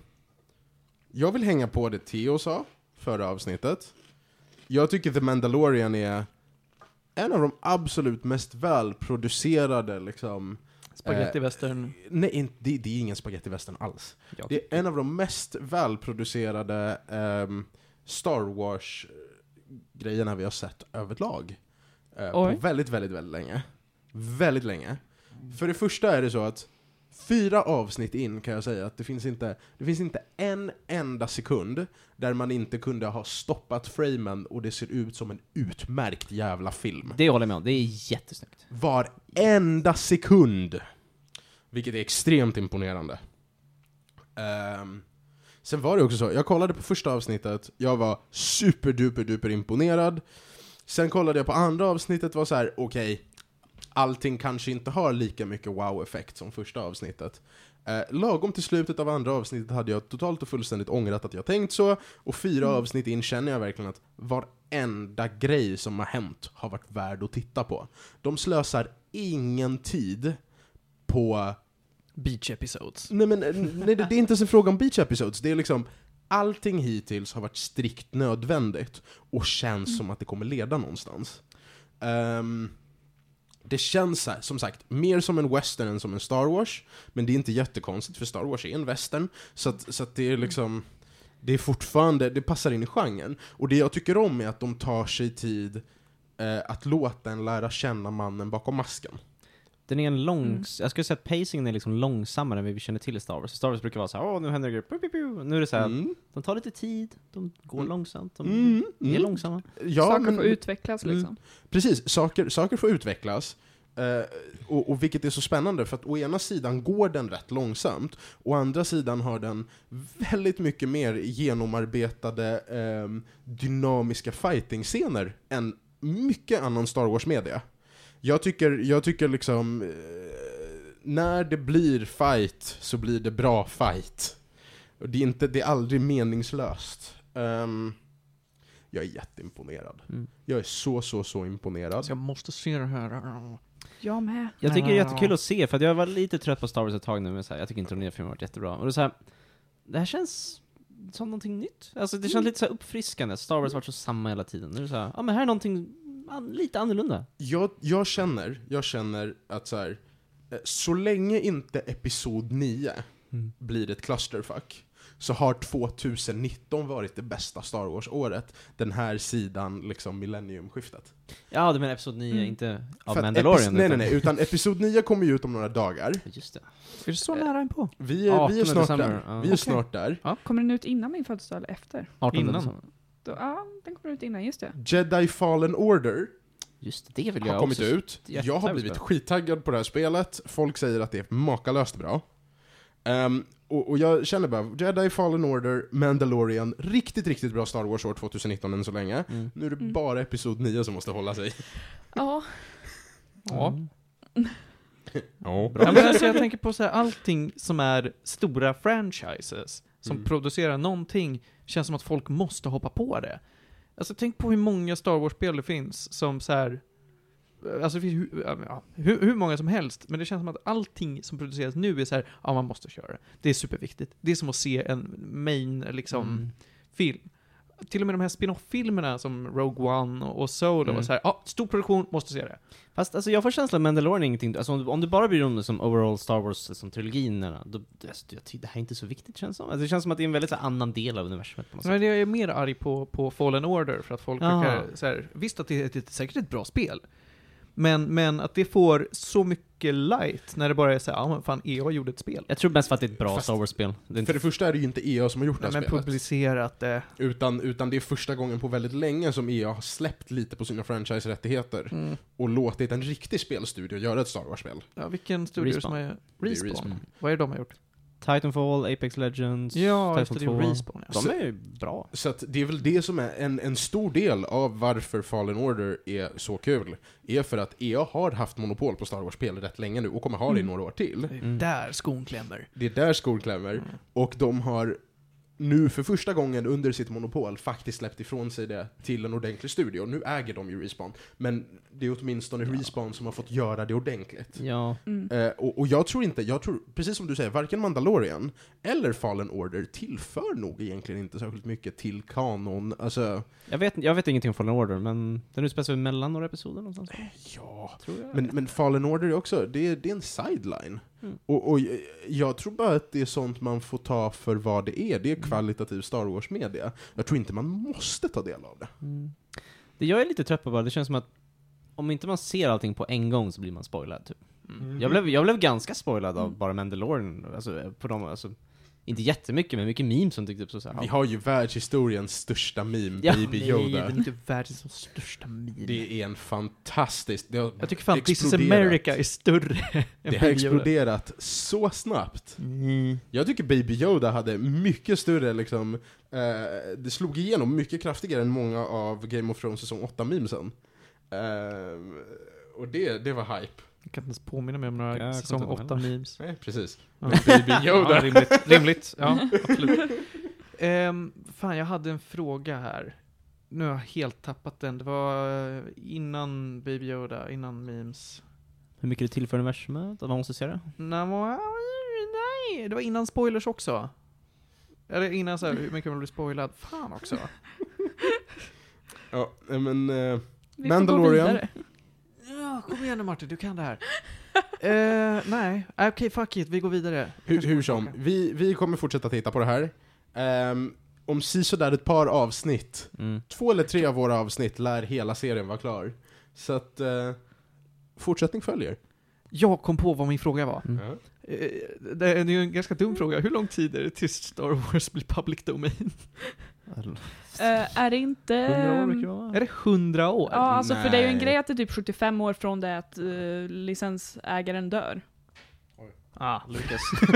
jag vill hänga på det Theo sa förra avsnittet. Jag tycker The Mandalorian är en av de absolut mest välproducerade liksom... Spaghetti-western. Nej, inte, det, det är ingen spaghetti-western alls. jag Det är en av de mest välproducerade ehm, Star Wars-grejerna vi har sett överlag. Eh, på Oj. väldigt, väldigt, väldigt länge. Väldigt länge. För det första är det så att fyra avsnitt in kan jag säga att det finns inte, det finns inte en enda sekund där man inte kunde ha stoppat framen och det ser ut som en utmärkt jävla film. Det håller jag med om, det är jättesnyggt. Varenda sekund. Vilket är extremt imponerande. Ehm, sen var det också så, jag kollade på första avsnittet, jag var super duper duper imponerad. Sen kollade jag på andra avsnittet, var så här: okej, okay, allting kanske inte har lika mycket wow-effekt som första avsnittet. Eh, lagom till slutet av andra avsnittet hade jag totalt och fullständigt ångrat att jag tänkt så. Och fyra Mm. avsnitt in känner jag verkligen att varenda grej som har hänt har varit värd att titta på. De slösar ingen tid på... Beach episodes. Nej, men nej, det är inte ens en fråga om beach episodes. Det är liksom... Allting hittills har varit strikt nödvändigt och känns Mm. som att det kommer leda någonstans. Ehm, det känns så här, som sagt, mer som en western än som en Star Wars. Men det är inte jättekonstigt, för Star Wars är en western. Så att, så att det är liksom... Det är fortfarande, det passar in i genren. Och det jag tycker om är att de tar sig tid eh, att låta en lära känna mannen bakom masken. Den är en lång... Mm. Jag skulle säga att pacingen är liksom långsammare än vi känner till i Star Wars. Star Wars brukar vara så här: åh, nu händer det grejer, pu, pu, pu. Nu är det så här, Mm. de tar lite tid, de går Mm. långsamt, de Mm. är Mm. långsamma. Ja, Saker men, får utvecklas Mm. liksom. Precis, saker, saker får utvecklas. Eh, och, och vilket är så spännande, för att å ena sidan går den rätt långsamt, å andra sidan har den väldigt mycket mer genomarbetade ehm, dynamiska fighting-scener än mycket annan Star Wars-media. Jag tycker, jag tycker liksom, eh, när det blir fight så blir det bra fight. Och det är, inte, det är aldrig meningslöst. Ehm, jag är jätteimponerad. Mm. Jag är så, så, så imponerad. Alltså, jag måste se det här. Jag med. Jag tycker det är Ja. jättekul att se, för att jag var lite trött på Star Wars ett tag nu, men så här, jag tycker inte de nya filmerna har varit jättebra. Och det är så här, det här känns som någonting nytt. Alltså det känns Mm. lite så här uppfriskande. Star Wars har varit så samma hela tiden. Nu är det så här, ja men här är någonting an- lite annorlunda. Jag, jag känner, jag känner att så här, eh, så länge inte episod nio Mm. blir ett clusterfuck, så har tjugonitton varit det bästa Star Wars-året, den här sidan liksom millenniumskiftet. Ja, du menar episod nio, Mm. inte av För att Mandalorian. epis- nej, nej, utan- nej, utan episod nio kommer ju ut om några dagar. Just det. Är det så nära en på? Vi är, vi är artonde snart december, där. ja. Vi är Okej. snart där. Kommer den ut innan min födelsedag eller efter? artonde Innan. december. Då, ja, den kommer ut innan, just det. Jedi Fallen Order Just det, det vill har jag kommit också. ut. Jag har Jättetaggad blivit spel. skittaggad på det här spelet. Folk säger att det är makalöst bra. Um, och, och jag känner bara, Jedi Fallen Order, Mandalorian, riktigt, riktigt bra Star Wars år tjugonitton än så länge. Mm. Nu är det Mm. bara episod nio som måste hålla sig. Ja. Ja. Mm. Ja, Ja, men alltså jag tänker på så här, allting som är stora franchises som Mm. producerar någonting, känns som att folk måste hoppa på det. Alltså tänk på hur många Star Wars-spel det finns som så här, alltså det finns hur, ja, hur, hur många som helst, men det känns som att allting som produceras nu är så här, ja man måste köra det. Det är superviktigt. Det är som att se en main liksom Mm. film. Till och med de här spin-off-filmerna som Rogue One och Solo Mm. och så här, ja, stor produktion, måste se det. Fast alltså, jag får känslan att Mandalorian är ingenting, alltså, om, om du bara bryr dig om det som overall Star Wars som trilogin, då, alltså, jag tycker det här är inte så viktigt, känns som. Alltså, det känns som att det är en väldigt så här, annan del av universumet på något sätt. Men jag är mer arg på, på Fallen Order för att folk Aha. brukar så här, visst att det är, det är säkert ett bra spel, men, men att det får så mycket light när det bara är så här, ja men fan, E A gjorde ett spel. Jag tror mest för att det är ett bra Fast- Star Wars-spel. Det är inte... för det första är det ju inte E A som har gjort det Nej, här men spelet. publicerat det. Utan, utan det är första gången på väldigt länge som E A har släppt lite på sina franchise-rättigheter Mm. och låtit en riktig spelstudio göra ett Star Wars-spel. Ja, vilken studio Respawn. som är Det är Respawn? Respawn. Vad är det de har gjort? Titanfall, Apex Legends, Ja, just det, Titanfall det är två. Respawn. Ja. De är ju bra. Så att det är väl det som är en, en stor del av varför Fallen Order är så kul. Är för att E A har haft monopol på Star Wars-spel rätt länge nu och kommer ha det i Mm. några år till. Det är Mm. där skon klämmer. Det är där skor klämmer. Mm. Och de har nu för första gången under sitt monopol faktiskt släppt ifrån sig det till en ordentlig studio. Nu äger de ju Respawn. Men det är åtminstone Ja. Respawn som har fått göra det ordentligt. Ja. Mm. Eh, och, och jag tror inte, jag tror, precis som du säger, varken Mandalorian eller Fallen Order tillför nog egentligen inte särskilt mycket till kanon. Alltså, Jag vet, jag vet ingenting om Fallen Order, men den utspelar sig mellan några episoder någonstans. va? ja. Tror jag. Men, men Fallen Order är också, det är, det är en sideline. Mm. Och, och jag- jag tror bara att det är sånt man får ta för vad det är. Det är kvalitativ Star Wars-media. Jag tror inte man måste ta del av det. Mm. Det jag är lite trött på bara, det känns som att om inte man ser allting på en gång så blir man spoilad typ. Mm. Jag blev, jag blev ganska spoilad av Mm. bara Mandalorian, alltså, på dem, alltså, inte jättemycket, men mycket memes som tyckte upp så, så här. Vi har ju världshistoriens största meme, Ja. Baby Nej, Yoda. den är inte världens största meme. Det är en fantastisk... Det har Jag tycker fan This is exploderat. America är större än Det har Baby Yoda. exploderat så snabbt. Mm. Jag tycker Baby Yoda hade mycket större, liksom, eh, det slog igenom mycket kraftigare än många av Game of Thrones säsong åtta memesen. Eh, och det, det var hype. Jag kan inte ens påminna mig om några Ja, jag säsong kommer inte åtta memes. Nej, precis. Ja. Men Baby Yoda. Ja, rimligt. rimligt. Ja, absolut. Ehm, fan, jag hade en fråga här. Nu har jag helt tappat den. Det var eh, innan Baby Yoda, innan memes. Hur mycket det tillför universumet, att man måste se det? Nej, men- nej, det var innan spoilers också. Eller innan så här, hur mycket man blir spoilad. Fan också. Ja, men... Eh, Vi får Mandalorian. gå vidare. Ja, kom igen nu Martin, du kan det här. Eh, nej, okej, okay, fuck it, vi går vidare. hur, hur som, vi, vi kommer fortsätta titta på det här. Um, om sisådär ett par avsnitt, Mm. två eller tre av våra avsnitt lär hela serien vara klar. Så att eh, fortsättning följer. Jag kom på vad min fråga var. Mm. Ja. Eh, det är ju en ganska dum fråga. Hur lång tid är det tills Star Wars blir public domain? Eh, är det inte... Hundra år ehm, brukar det vara. Är det hundra år? Ja, alltså för det är ju en Nej. grej att det är typ sjuttiofem år från det att uh, licensägaren dör. Ah, Lucas.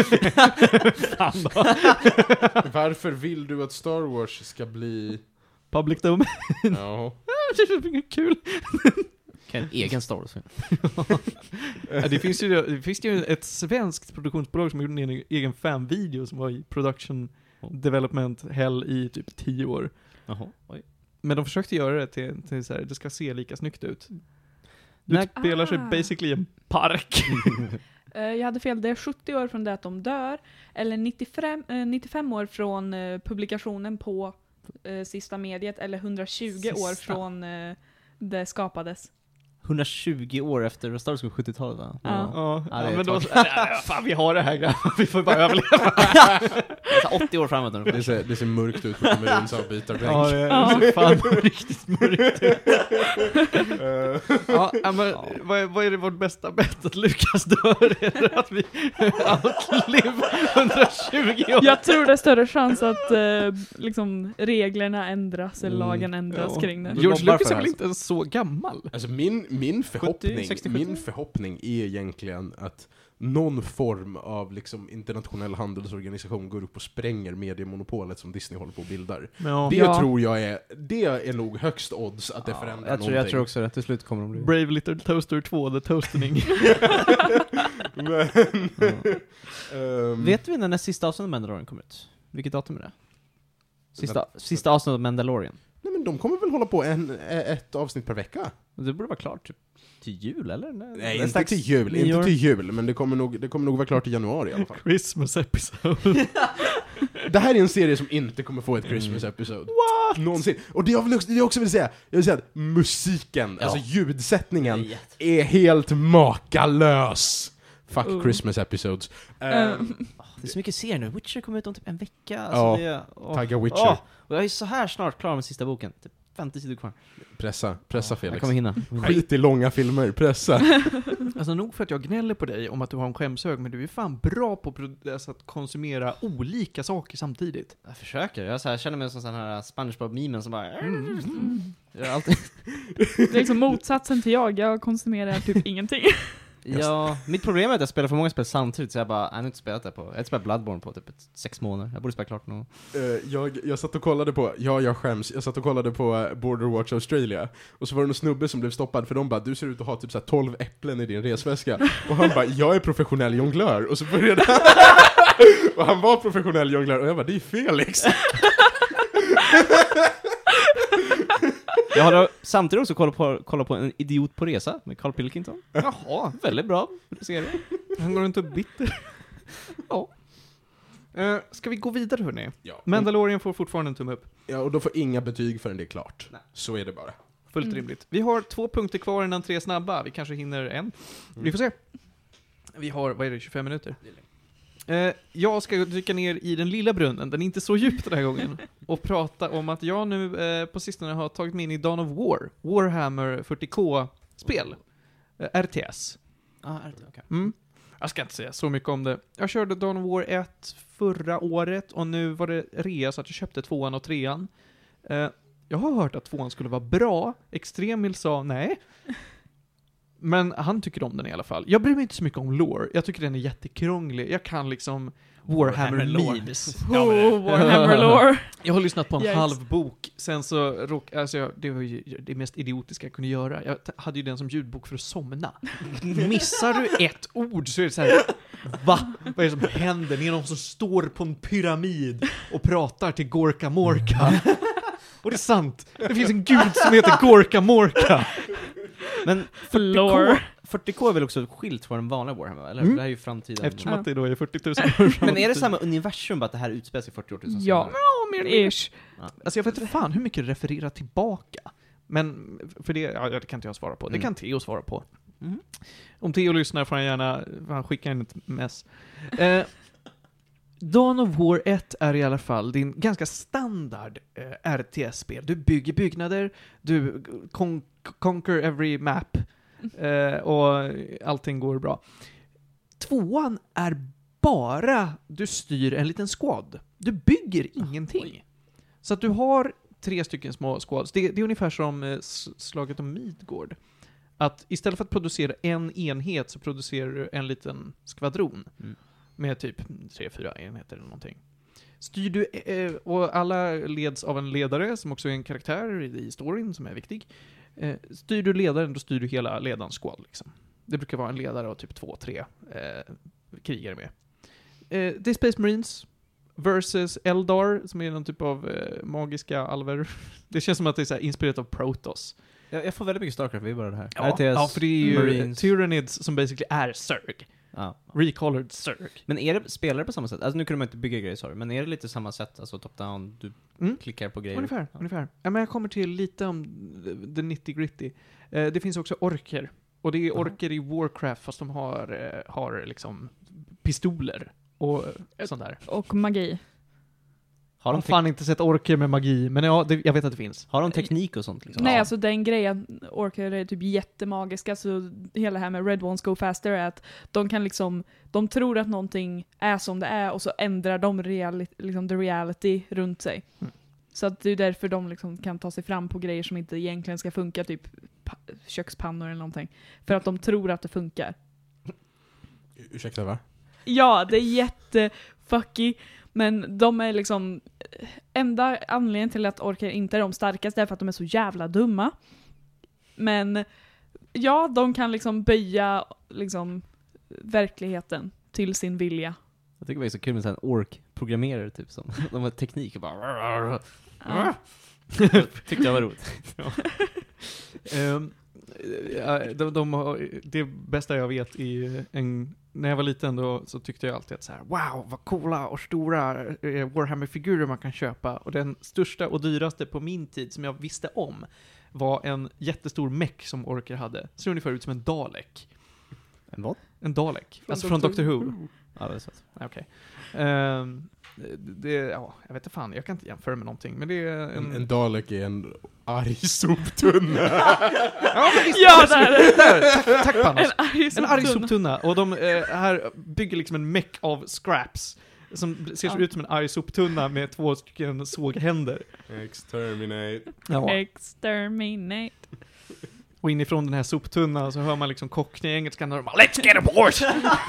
Varför vill du att Star Wars ska bli... Public domain. Ja. Det är kul. Kan en egen Star Wars. Ja, det finns ju det finns ju ett svenskt produktionsbolag som gjorde en egen fanvideo som var i production development hell i typ tio år. Jaha, oj. Men de försökte göra det till, till så här, det ska se lika snyggt ut. Du Nej. spelar sig Ah. basically i en park. Eh, jag hade fel, det är sjuttio år från det att de dör, eller nittiofem, eh, nittiofem år från eh, publikationen på eh, sista mediet, eller hundratjugo år Sista. från eh, det skapades. hundratjugo år efter Star Wars på sjuttiotalet va? Ja. Ja, Ja, det är men ett då, tag. ja, fan vi har det här grabbar, vi får bara överleva. Alltså åttio år framåt Det ungefär. ser, det ser mörkt ut på Kameruns avbytarbänk. Ja, det Ja. ser fan riktigt mörkt ut. Eh, Ja, ja, men Ja. vad är, vad är det vårt bästa bett att Lukas dör eller att vi outlive hundratjugo år? Jag tror det är större chans att eh, liksom, reglerna ändras eller Mm, lagen ändras ja. kring det. Vi George mobbar Lucas för är det väl här. inte ens så gammal? Alltså min, min, förhoppning, sextio, sjuttio? min förhoppning är egentligen att någon form av liksom internationell handelsorganisation går upp och spränger mediemonopolet som Disney håller på och bildar. Ja. Det Ja. tror jag är, det är nog högst odds att det Ja, förändrar jag tror, någonting. jag tror också att till slut kommer de bli... Brave Little Toaster två, The Toastening. Men, Ja. ehm, Vet vi när nästa sista avsnitt av Mandalorian kommer ut? Vilket datum är det? Sista, Vänta. sista avsnittet av Mandalorian. nej men de kommer väl hålla på en, ett avsnitt per vecka? Det borde vara klart typ till jul, eller? Nej, Det är inte strax till jul, nyår. inte till jul, men det kommer nog, det kommer nog vara klart i januari i alla fall. Christmas episode. Det här är en serie som inte kommer få ett Christmas episode. What? Någonsin. Och det jag, vill också, det jag också vill säga, jag vill säga att musiken, Ja. alltså ljudsättningen, Nej. är helt makalös. Fuck Uh. Christmas episodes. Eh, Ehm, Det är så mycket serier nu. Witcher kommer ut om typ en vecka. Alltså Ja, det, åh. tagga Witcher. Åh, och jag är så här snart klar med sista boken. Typ femtio sidor kvar. Pressa, pressa Jag Felix. kommer hinna. Jag kommer hinna. Skit i långa filmer, pressa. Alltså nog för att jag gnäller på dig om att du har en skämshög, men du är fan bra på pro- alltså, att konsumera olika saker samtidigt. Jag försöker. Jag så här, känner mig som sån här SpongeBob-memen som bara... Mm. Jag gör alltid. Det är liksom motsatsen till jag. Jag konsumerar typ ingenting. Ja, mitt problem är att jag spelar för många spel samtidigt, så jag bara, jag har inte spelat det på, jag har inte spelat Bloodborne på typ ett, sex månader. Jag borde spela klart nu. Eh, jag, jag satt och kollade på, ja jag skäms, jag satt och kollade på eh, Border Watch Australia. Och så var det någon snubbe som blev stoppad för de bara, du ser ut att ha typ så här tolv äpplen i din resväska. Och han bara, jag är professionell jonglör. Och så började han, och han var professionell jonglör. Och jag bara, det är Felix. Jag har då samtidigt också kollat på, kollat på En idiot på resa med Carl Pilkington. Jaha, Väldigt bra serie. han går inte bitter. Ja. Uh, ska vi gå vidare hörni? Ja, Mandalorian får fortfarande en tumme upp. ja, och då får inga betyg förrän det är klart. Nej. Så är det bara. Fullt Mm. rimligt. Vi har två punkter kvar innan tre snabba. Vi kanske hinner en. Vi får se. Vi har, vad är det, tjugofem minuter? Eh, jag ska dyka ner i den lilla brunnen, den är inte så djup den här gången, och prata om att jag nu eh, på sistone har tagit mig in i Dawn of War, Warhammer fyrtio K-spel. Eh, R T S. Ah, är det okej. Mm. Jag ska inte säga så mycket om det. Jag körde Dawn of War ett förra året, och nu var det rea så att jag köpte tvåan och trean. Eh, jag har hört att tvåan skulle vara bra. Extremil sa nej. Men han tycker om den i alla fall. Jag bryr mig inte så mycket om lore. Jag tycker den är jättekrånglig. Jag kan liksom Warhammer Warhammer memes. Oh, Warhammer lore. Jag har lyssnat på en Yikes. halv bok. Sen så råk, alltså jag, det var ju det mest idiotiska jag kunde göra. Jag t- hade ju den som ljudbok för att somna. Missar du ett ord så är det så här: va? Vad är det som händer? Det är någon som står på en pyramid och pratar till Gorka Morka. Och det är sant. Det finns en gud som heter Gorka Morka. Men Lore. fyrtio K är väl också skilt från den vanliga Warhammer, eller? Mm. Det här är ju framtiden. Eftersom Ja. att det då är fyrtio tusen år framåt. Men är det samma universum, bara att det här utspelar sig fyrtio år tusen? Ja. Ja, mer eller mindre. Ish. Alltså jag vet inte fan hur mycket det refererar tillbaka. Men för det, ja, det kan inte jag svara på. Det Mm. kan Theo svara på. Mm. Om Theo lyssnar får han gärna, han skickar in ett mess. Eh, Dawn of War ett är i alla fall din ganska standard eh, R T S-spel. Du bygger byggnader, du con- conquer every map, eh, och allting går bra. Tvåan är bara, du styr en liten squad. Du bygger ingenting. Oj. Så att du har tre stycken små squads. Det, det är ungefär som eh, s- slaget om Midgård. Att istället för att producera en enhet så producerar du en liten skvadron. Mm. Med typ tre, fyra enheter eller någonting. Styr du, eh, och alla leds av en ledare som också är en karaktär i, i storyn som är viktig. Eh, styr du ledaren, då styr du hela ledarens squad liksom. Det brukar vara en ledare och typ två, tre eh, krigare med. Eh, det är Space Marines versus Eldar, som är någon typ av eh, magiska alver. Det känns som att det är så här inspirerat av Protoss. Jag, jag får väldigt mycket Starcraft-vibbar av det här. Ja, R T S, ja, för det är ju Marines. Tyranids som basically är Zerg. Ja. Recolored Zerg. Men är det, spelar det på samma sätt? Alltså nu kunde man inte bygga grejer, sorry. Men är det lite samma sätt? Alltså top-down, du Mm. klickar på grejer? Ungefär, Ja. ungefär. Ja, men jag kommer till lite om the nitty-gritty. Eh, det finns också orker. Och det är Jaha. orker i Warcraft, fast de har, eh, har liksom pistoler och eh, sånt där. Och magi. Har Jag de, har te- fan inte sett orker med magi, men ja, det, jag vet att det finns. har de teknik och sånt liksom? Nej, Ja. alltså den grejen, orkar är typ jättemagiska, så hela det här med Red Ones Go Faster är att de kan liksom, de tror att någonting är som det är och så ändrar de reali- liksom the reality runt sig. Mm. Så att det är därför de liksom kan ta sig fram på grejer som inte egentligen ska funka, typ pa- kökspannor eller någonting. För att de tror att det funkar. Ursäkta, va? Ja, det är jättefucky. Men de är liksom... Enda anledningen till att orkar inte är de starkaste är för att de är så jävla dumma. Men ja, de kan liksom böja liksom verkligheten till sin vilja. Jag tycker det är så kul med en ork-programmerare typ som de har teknik och bara Ja. tyckte jag var roligt. um, ja, de, de har, det bästa jag vet är en, när jag var liten då så tyckte jag alltid att så här, wow, vad coola och stora eh, Warhammer-figurer man kan köpa. Och den största och dyraste på min tid som jag visste om var en jättestor mech som orker hade. Ser ungefär ut som en Dalek. En vad? En Dalek. Från alltså från Doctor Doctor Who. Ja, det är så. Okej. Ehm, det, ja, jag vet inte fan, jag kan inte jämföra med någonting, men det är en... En, en Dalek är en arg soptunna. ja, men visst, Ja, där, där. där, tack, tack Panos. En arg En arg soptunna. soptunna. Och de eh, här bygger liksom en mech av scraps. Som ser Ja. ut som en arg soptunna med två stycken såghänder. Exterminate. Ja. Exterminate. Och inifrån den här soptunnan så hör man liksom kockning i engelskan och de bara "Let's get aboard!"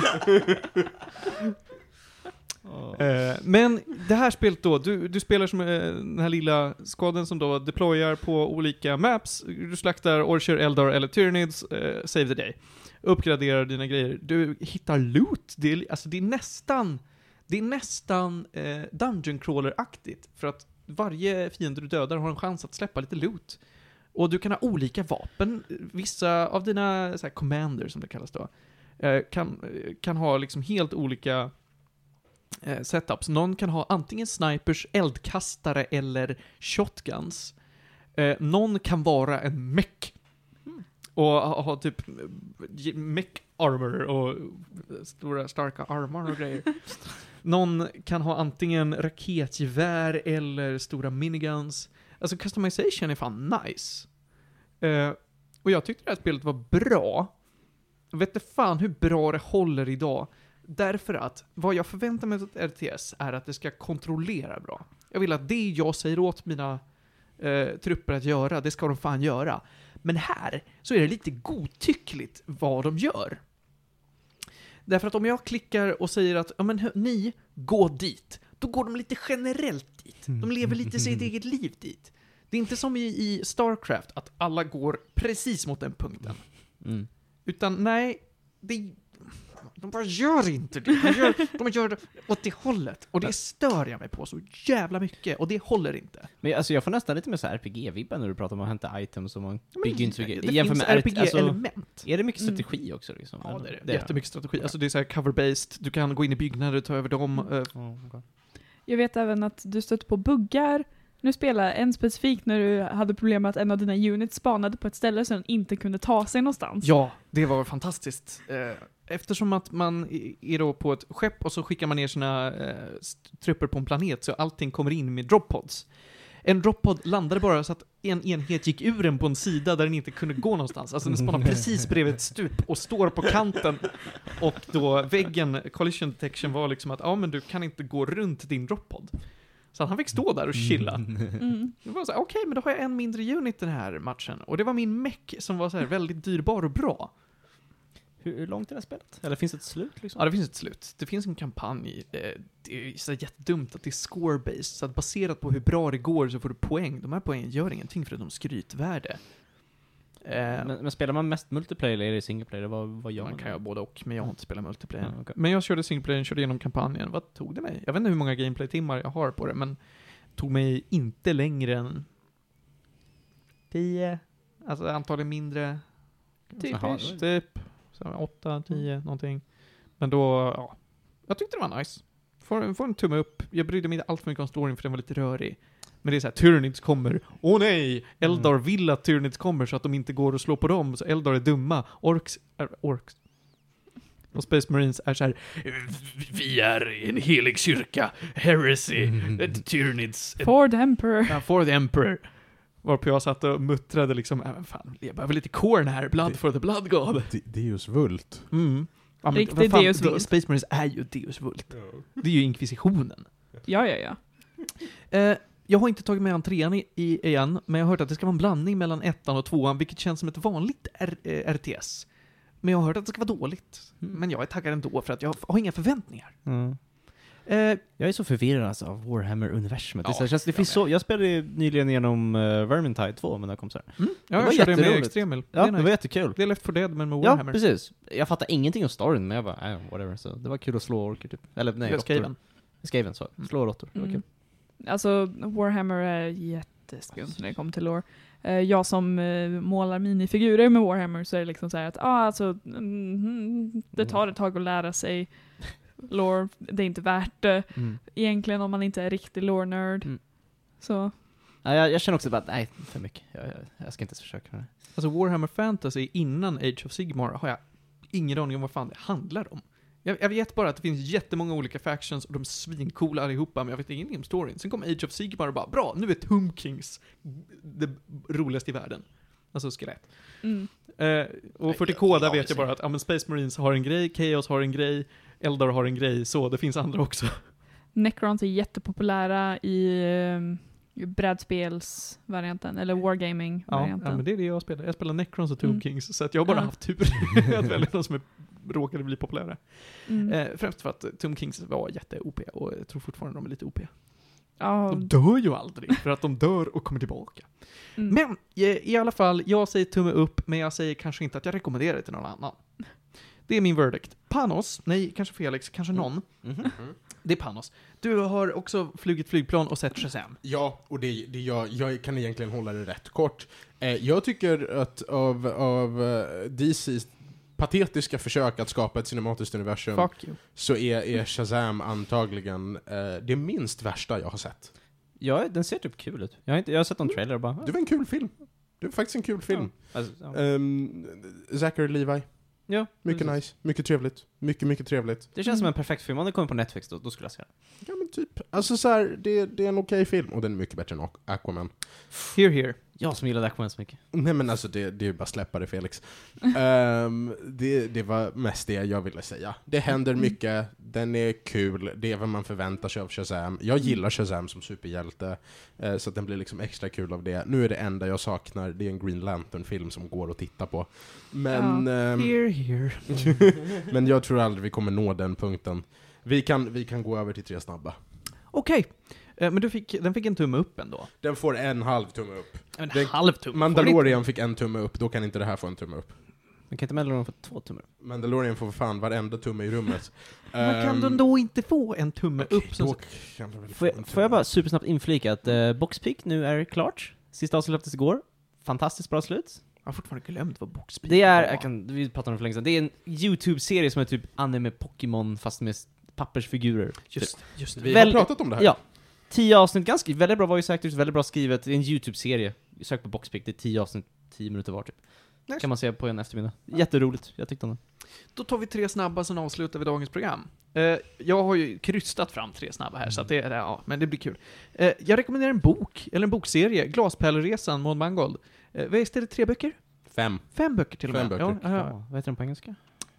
Eh, men det här spelet då, du, du spelar som eh, den här lilla skaden som då deployar på olika maps. Du slaktar Orcher, Eldar eller Tyranids, eh, save the day. Uppgraderar dina grejer. Du hittar loot. Det är, alltså det är nästan det är nästan eh, dungeon crawler-aktigt. För att varje fiende du dödar har en chans att släppa lite loot. Och du kan ha olika vapen. Vissa av dina så här, commanders som det kallas då eh, kan, kan ha liksom helt olika eh, setups. Någon kan ha antingen snipers, eldkastare eller shotguns. Eh, någon kan vara en mech. Och ha, ha typ mech armor och stora starka armar och grejer. Någon kan ha antingen raketgevär eller stora miniguns. Alltså customization är fan nice. Uh, och jag tyckte det här spelet var bra. Jag vet inte fan hur bra det håller idag. Därför att vad jag förväntar mig av ett R T S är att det ska kontrollera bra. Jag vill att det jag säger åt mina uh, trupper att göra, det ska de fan göra. Men här så är det lite godtyckligt vad de gör. Därför att om jag klickar och säger att ja, men, hö- ni, gå dit. Då går de lite generellt dit. De lever lite sitt eget liv dit. Det är inte som i, i Starcraft att alla går precis mot den punkten. Mm. Utan nej, det, de bara gör inte det. De gör, de gör det åt det hållet. Och det stör jag mig på så jävla mycket. Och det håller inte. Men alltså jag får nästan lite mer så här R P G-vibbar när du pratar om att hämta items och man Men bygger inte så mycket. det Jämför finns med R P G-element. Alltså, är det mycket Mm. strategi också liksom? Ja, det är det. det Jättemycket strategi. Alltså det är så här cover-based. Du kan gå in i byggnader, ta över dem. eh, Ja, okej. Jag vet även att du stött på buggar. Nu spelar en specifikt när du hade problem med att en av dina units spanade på ett ställe så den inte kunde ta sig någonstans. Ja, det var fantastiskt. Eh, Eftersom att man är då på ett skepp och så skickar man ner sina eh, st- trupper på en planet så allting kommer in med droppods. En droppod landade bara så att en enhet gick ur den på en sida där den inte kunde gå någonstans. Alltså den spanar precis bredvid ett stup och står på kanten. Och då väggen, collision detection var liksom att ja men du kan inte gå runt din droppod. Så han fick stå där och chilla. Mm. Det var så här, okej, men då har jag en mindre unit den här matchen. Och det var min mech som var så här väldigt dyrbar och bra. Hur, hur långt är det här spelet? Eller finns det ett slut liksom? Ja, det finns ett slut. Det finns en kampanj. Eh, Det är så jättedumt att det är score-based. Så att baserat på hur bra det går så får du poäng. De här poängen gör ingenting förutom skrytvärde. Eh, Men, men spelar man mest multiplayer eller är det single player? Vad, vad gör man man? kan göra både och, men jag har inte spelat multiplayer. Ja, okej. Men jag körde singleplayer, körde igenom kampanjen. Vad tog det mig? Jag vet inte hur många gameplay-timmar jag har på det, men tog mig inte längre än tio. Alltså antagligen mindre. Typ. Jaha, Typ så åtta, tio, någonting. Men då, ja. Jag tyckte det var nice. Får, får en tumme upp. Jag brydde mig inte allt för mycket om storyn för den var lite rörig. Men det är så här, Tyranids kommer. Åh nej! Eldar Mm. vill att Tyranids kommer så att de inte går och slår på dem. Så Eldar är dumma. Orks, är, orks. Och Space Marines är så här. Vi är en helig kyrka. Heresy. Mm. Tyranids. For the Emperor. Ja, for the Emperor. Varpå jag satt och muttrade liksom, äh, fan, jag behöver lite korn här. Blood Det- for the blood god. De- Deus Vult. Mm. Ja, men Riktig vad fan, Deus då- Vult. Space Marines är ju Deus Vult. Det är ju inkvisitionen. Ja, ja, ja. Eh, jag har inte tagit med trean i, i igen, men jag har hört att det ska vara en blandning mellan ettan och tvåan, vilket känns som ett vanligt R, eh, R T S. Men jag har hört att det ska vara dåligt. Mm. Men jag är taggad ändå för att jag har inga förväntningar. Mm. Eh, Jag är så förvirrad alltså, av Warhammer-universumet. Ja, det, så här känns, det jag finns med. så, jag spelade ju nyligen igenom uh, Vermintide två med några kompisar. mm, Det ja, var jag körde med jätteroligt. Extremil. Ja, det, är det nice. var jättekul. Det är Left four Dead men med Ja, Warhammer. precis. Jag fattar ingenting om storyn, men jag bara, äh, whatever. Så det var kul att slå orker typ. Eller nej, Jag skrev råttor. Skaven, så. Slå råttor. Det var Mm. kul. Alltså, Warhammer är jätteskumt när det kommer till lore. Eh, jag som eh, målar minifigurer med Warhammer så är det liksom så här att ah, alltså, mm, det tar ett tag att lära sig lore. Det är inte värt det Mm. egentligen om man inte är riktig lore-nörd. Mm. Så, Ja, jag, jag känner också bara, nej, för mycket. Jag, jag, jag ska inte ens försöka med det. Alltså Warhammer Fantasy innan Age of Sigmar har jag ingen aning om vad fan det handlar om. Jag, jag vet bara att det finns jättemånga olika factions och de är svincoola allihopa, men jag vet ingenting om storyn. Sen kom Age of Sigmar och bara, bra, nu är Tomb Kings det roligaste i världen. Alltså skelett. mm. Eh, och för Nej, K där jag- vet jag bara att ja, men Space Marines har en grej, Chaos har en grej, Eldar har en grej, så det finns andra också. Necrons är jättepopulära i um, brädspelsvarianten, eller Ja, wargaming-varianten. ja, men det är det jag spelar. Jag spelar Necrons och Tomb Mm. Kings, så att jag har bara Ja. haft tur att välja de som är, råkade bli populära. Mm. Eh, främst för att Tomb Kings var jätte-O P, och jag tror fortfarande de är lite O P. Ja, De dör ju aldrig, för att de dör och kommer tillbaka. mm. Men i, i alla fall, jag säger tumme upp, men jag säger kanske inte att jag rekommenderar det till någon annan. Det är min verdict. Panos, nej, kanske Felix, kanske någon. Mhm. Det är Panos. Du har också flugit flygplan och sett Shazam. Ja, och det, det jag, jag kan egentligen hålla det rätt kort. Eh, jag tycker att av, av eh, D C's patetiska försök att skapa ett cinematiskt universum Fuck you. så är, är Shazam antagligen eh, det minst värsta jag har sett. Ja, den ser typ kul ut. Jag har, inte, jag har sett någon trailer och bara... Det var en kul film. Det var faktiskt en kul film. Alltså, ja. Um, Zachary Levi, ja, mycket precis. nice. Mycket trevligt. Mycket, mycket trevligt. Det känns som en perfekt film. Om den kommer på Netflix då, då skulle jag se den. Ja men typ, alltså så här, det, det är en okej film. Och den är mycket bättre än Aqu- Aquaman. Here, here. Jag som gillade Aquaman så mycket. Nej men alltså det, det är bara släppa det Felix. um, det, det var mest det jag ville säga. Det händer mycket, den är kul, det är vad man förväntar sig av Shazam. Jag gillar Shazam som superhjälte, uh, så att den blir liksom extra kul av det. Nu är det enda jag saknar, det är en Green Lantern-film som går att titta på. Men, ehm, Here, here. men jag tror aldrig vi kommer nå den punkten. Vi kan, vi kan gå över till tre snabba. Okej. Eh, men du fick, den fick en tumme upp ändå. Den får en halv tumme upp. En Det- halv tumme. Mandalorian fick en tumme upp, då kan inte det här få en tumme upp. Men kan inte Mandalorian få två tummar? Mandalorian får för fan varenda tumme i rummet. Men kan Ehm, den då inte få en tumme okej, upp? Som, då kan du väl Får få en jag, får tumme jag bara upp. supersnabbt inflika att uh, Boxpeak nu är klart. Sista avsnittet släpptes igår. Fantastiskt bra slut. jag har fortfarande glömt vad boxbeat Det är, var. jag kan, vi pratade om det för länge sedan, det är en YouTube-serie som är typ anime Pokémon fast med pappersfigurer. Just, just det. Vi Väl- har pratat om det här. Ja. Tio avsnitt, ganska, väldigt bra voice actors, väldigt bra skrivet. Det är en YouTube-serie. Sök på Boxpeak, det är tio avsnitt, tio minuter var typ. Nice. Kan man se på en eftermiddag. Jätteroligt, jag tyckte om det. Då tar vi tre snabba, sen avslutar vi dagens program. Eh, jag har ju krystat fram tre snabba här, så att det, är- ja, men det blir kul. Eh, jag rekommenderar en bok, eller en bokserie, Glaspärleresan, Maud Mangold. Eh, vad är det, tre böcker? Fem. Fem böcker till och Fem med. böcker. Ja, ja, Ja, vad heter den på engelska?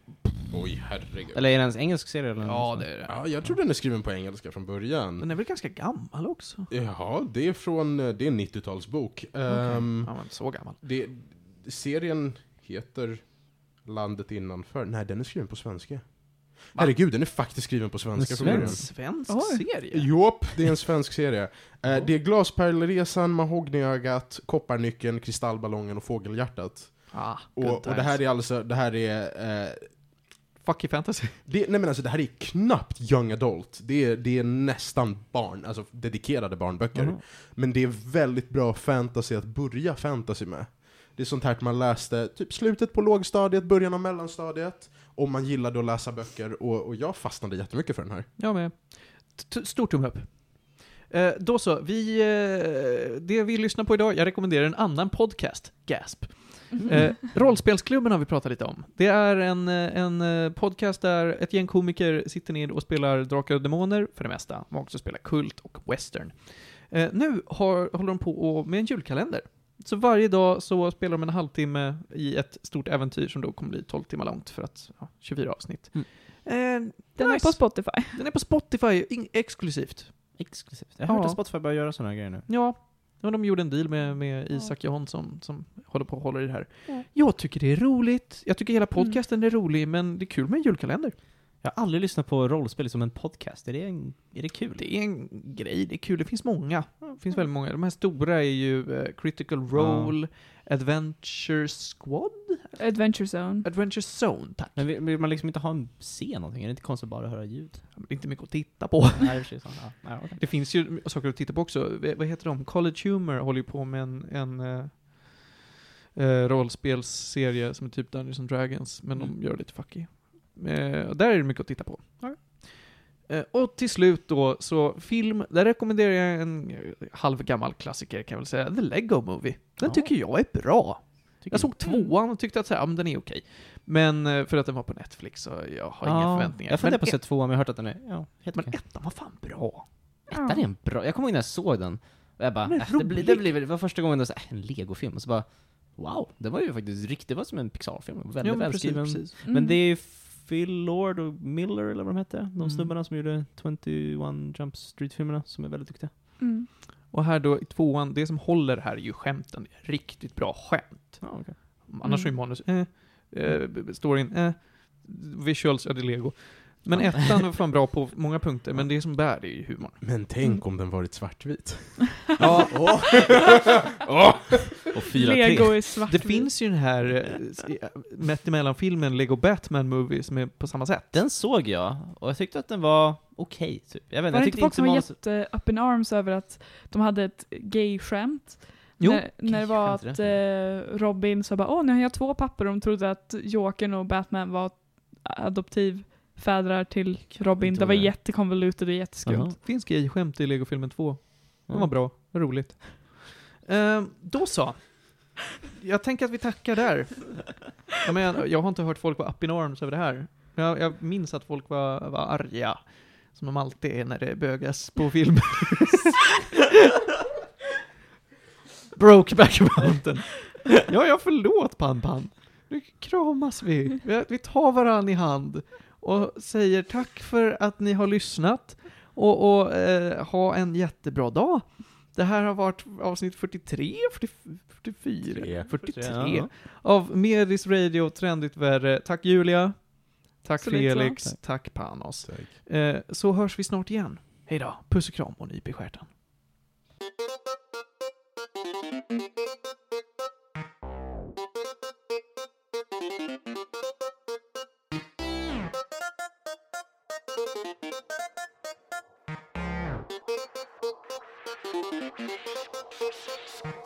Oj, herregud. Eller är det ens engelsk serie? Eller ja, något det sånt? är det. Ja, jag tror den är skriven på engelska från början. Den är väl ganska gammal också? Ja, det är från, det är en nittiotalsbok. Okej. Ehm, Ja, men så gammal. det, serien heter Landet innanför. Nej, den är skriven på svenska. Herregud, den är faktiskt skriven på svenska En från början. Svensk Oj. serie? Jopp, det är en svensk serie. Eh, det är Glaspärleresan, Mahognyögat, Kopparnyckeln, Kristallballongen och Fågelhjärtat. Ah, Och, och det här är alltså, det här är... Eh, Fucky fantasy. det, nej men alltså det här är knappt young adult. Det är, det är nästan barn, alltså dedikerade barnböcker. Mhm. Men det är väldigt bra fantasy att börja fantasy med. Det är sånt här att man läste typ slutet på lågstadiet, början av mellanstadiet. Om man gillade att läsa böcker. Och, och jag fastnade jättemycket för den här. Jag med. T- Stort tumme upp. Eh, då så, vi, eh, det vi lyssnar på idag, jag rekommenderar en annan podcast, Gasp. Eh, Rollspelsklubben har vi pratat lite om. Det är en, eh, en eh, podcast där ett gäng komiker sitter ner och spelar Drakar och Demoner, för det mesta. Man också spelar kult och western. Eh, nu har, håller de på och, med en julkalender. Så varje dag så spelar de en halvtimme i ett stort äventyr som då kommer bli tolv timmar långt för att, ja, tjugofyra avsnitt. Mm. Eh, Den nice. är på Spotify. Den är på Spotify, in- exklusivt. Exklusivt. Jag har hört Ja. att Spotify börjar göra såna här grejer nu. Ja, Ja, de gjorde en deal med, med Isak Johansson som håller på att hålla i det här. Ja. Jag tycker det är roligt. Jag tycker hela podcasten är rolig, men det är kul med en julkalender. Jag har aldrig lyssnat på rollspel som en podcast. Är det, en, är det kul? Det är en grej, det är kul. Det finns många. Det finns väldigt många. De här stora är ju uh, Critical Role, Adventure Squad? Adventure Zone. Adventure Zone, tack. Men vill, vill man liksom inte ha en se någonting? Är det inte konstigt bara att höra ljud? Det är inte mycket att titta på. Nej, det är precis så. Ja. Ja, okay. Det finns ju saker att titta på också. V- vad heter de? College Humor håller ju på med en, en uh, uh, rollspelsserie som är typ Dungeons and Dragons, men Mm. de gör det lite fucky. Uh, där är det mycket att titta på. Uh, och till slut då, så film, där rekommenderar jag en uh, halvgammal klassiker kan jag väl säga, The Lego Movie. Den Ja. tycker jag är bra. Tycker Jag såg tvåan och tyckte att så här, ja, men den är okej. Men uh, för att den var på Netflix så jag har inga förväntningar. Jag funderar på men, att se tvåan, men jag har hört att den är ja, helt men okej. ettan var fan bra. Ettan är en bra... Jag kommer ihåg när jag såg den. Och jag bara, Den är äh, det, blir, det, rolig. blir, det var första gången jag sa, äh, en Lego-film. Och så bara, wow, det var ju faktiskt riktigt, det var som en Pixar-film. Väldigt Ja, men precis, välskriven. precis. Mm. Men det är Phil Lord och Miller, eller vad de hette. De Mm. snubbarna som gjorde tjugoett Jump Street-filmerna, som är väldigt duktiga. Mm. Och här då i tvåan, det som håller här är ju skämten. Det är riktigt bra skämt. Ja, okay. Annars är Mm. ju manus, eh, eh, storyn, eh, visuals, ja det är Lego. Men ettan var fan bra på många punkter, men det som bär det är ju humorn. Men tänk om den varit svartvit. Ja, Och fyra tre. Lego är svart. det finns ju den här eh, mätt emellan filmen Lego Batman Movie som är på samma sätt. Den såg jag, och jag tyckte att den var okej, typ. Jag vet Var jag det tyckte inte folk som var manus- jätte up in arms över att de hade ett gay-skämt? Jo, när, när det var att gay-skämt, eh, Robin sa bara, åh nu har jag två pappor. De trodde att Jokern och Batman var adoptivfädrar till Robin. inte Det var ihåg det. jättekonvolutet och jätteskumt. Jaha. finns gay-skämt i Lego-filmen två. De Ja. var bra, roligt. Ehm, då så. Jag tänker att vi tackar där. Jag, menar, jag har inte hört folk vara up in arms över det här. Jag, jag minns att folk var, var arga. Som de alltid är när det bögas på film. Brokeback Mountain. Ja, jag förlåt Pan Pan. Nu kramas vi. Vi- Vi tar varann i hand. Och säger tack för att ni har lyssnat. Och, och eh, ha en jättebra dag. Det här har varit avsnitt fyrtiotre, fyrtio, fyrtiofyra, Tre. fyrtiotre Ja. av Medis Radio Trendigt Värre. Tack Julia. Tack Så lite Felix. så. Tack Panos. Tack. Eh, så hörs vi snart igen. Hej då. Puss och kram och nyp i stjärten. Thank you.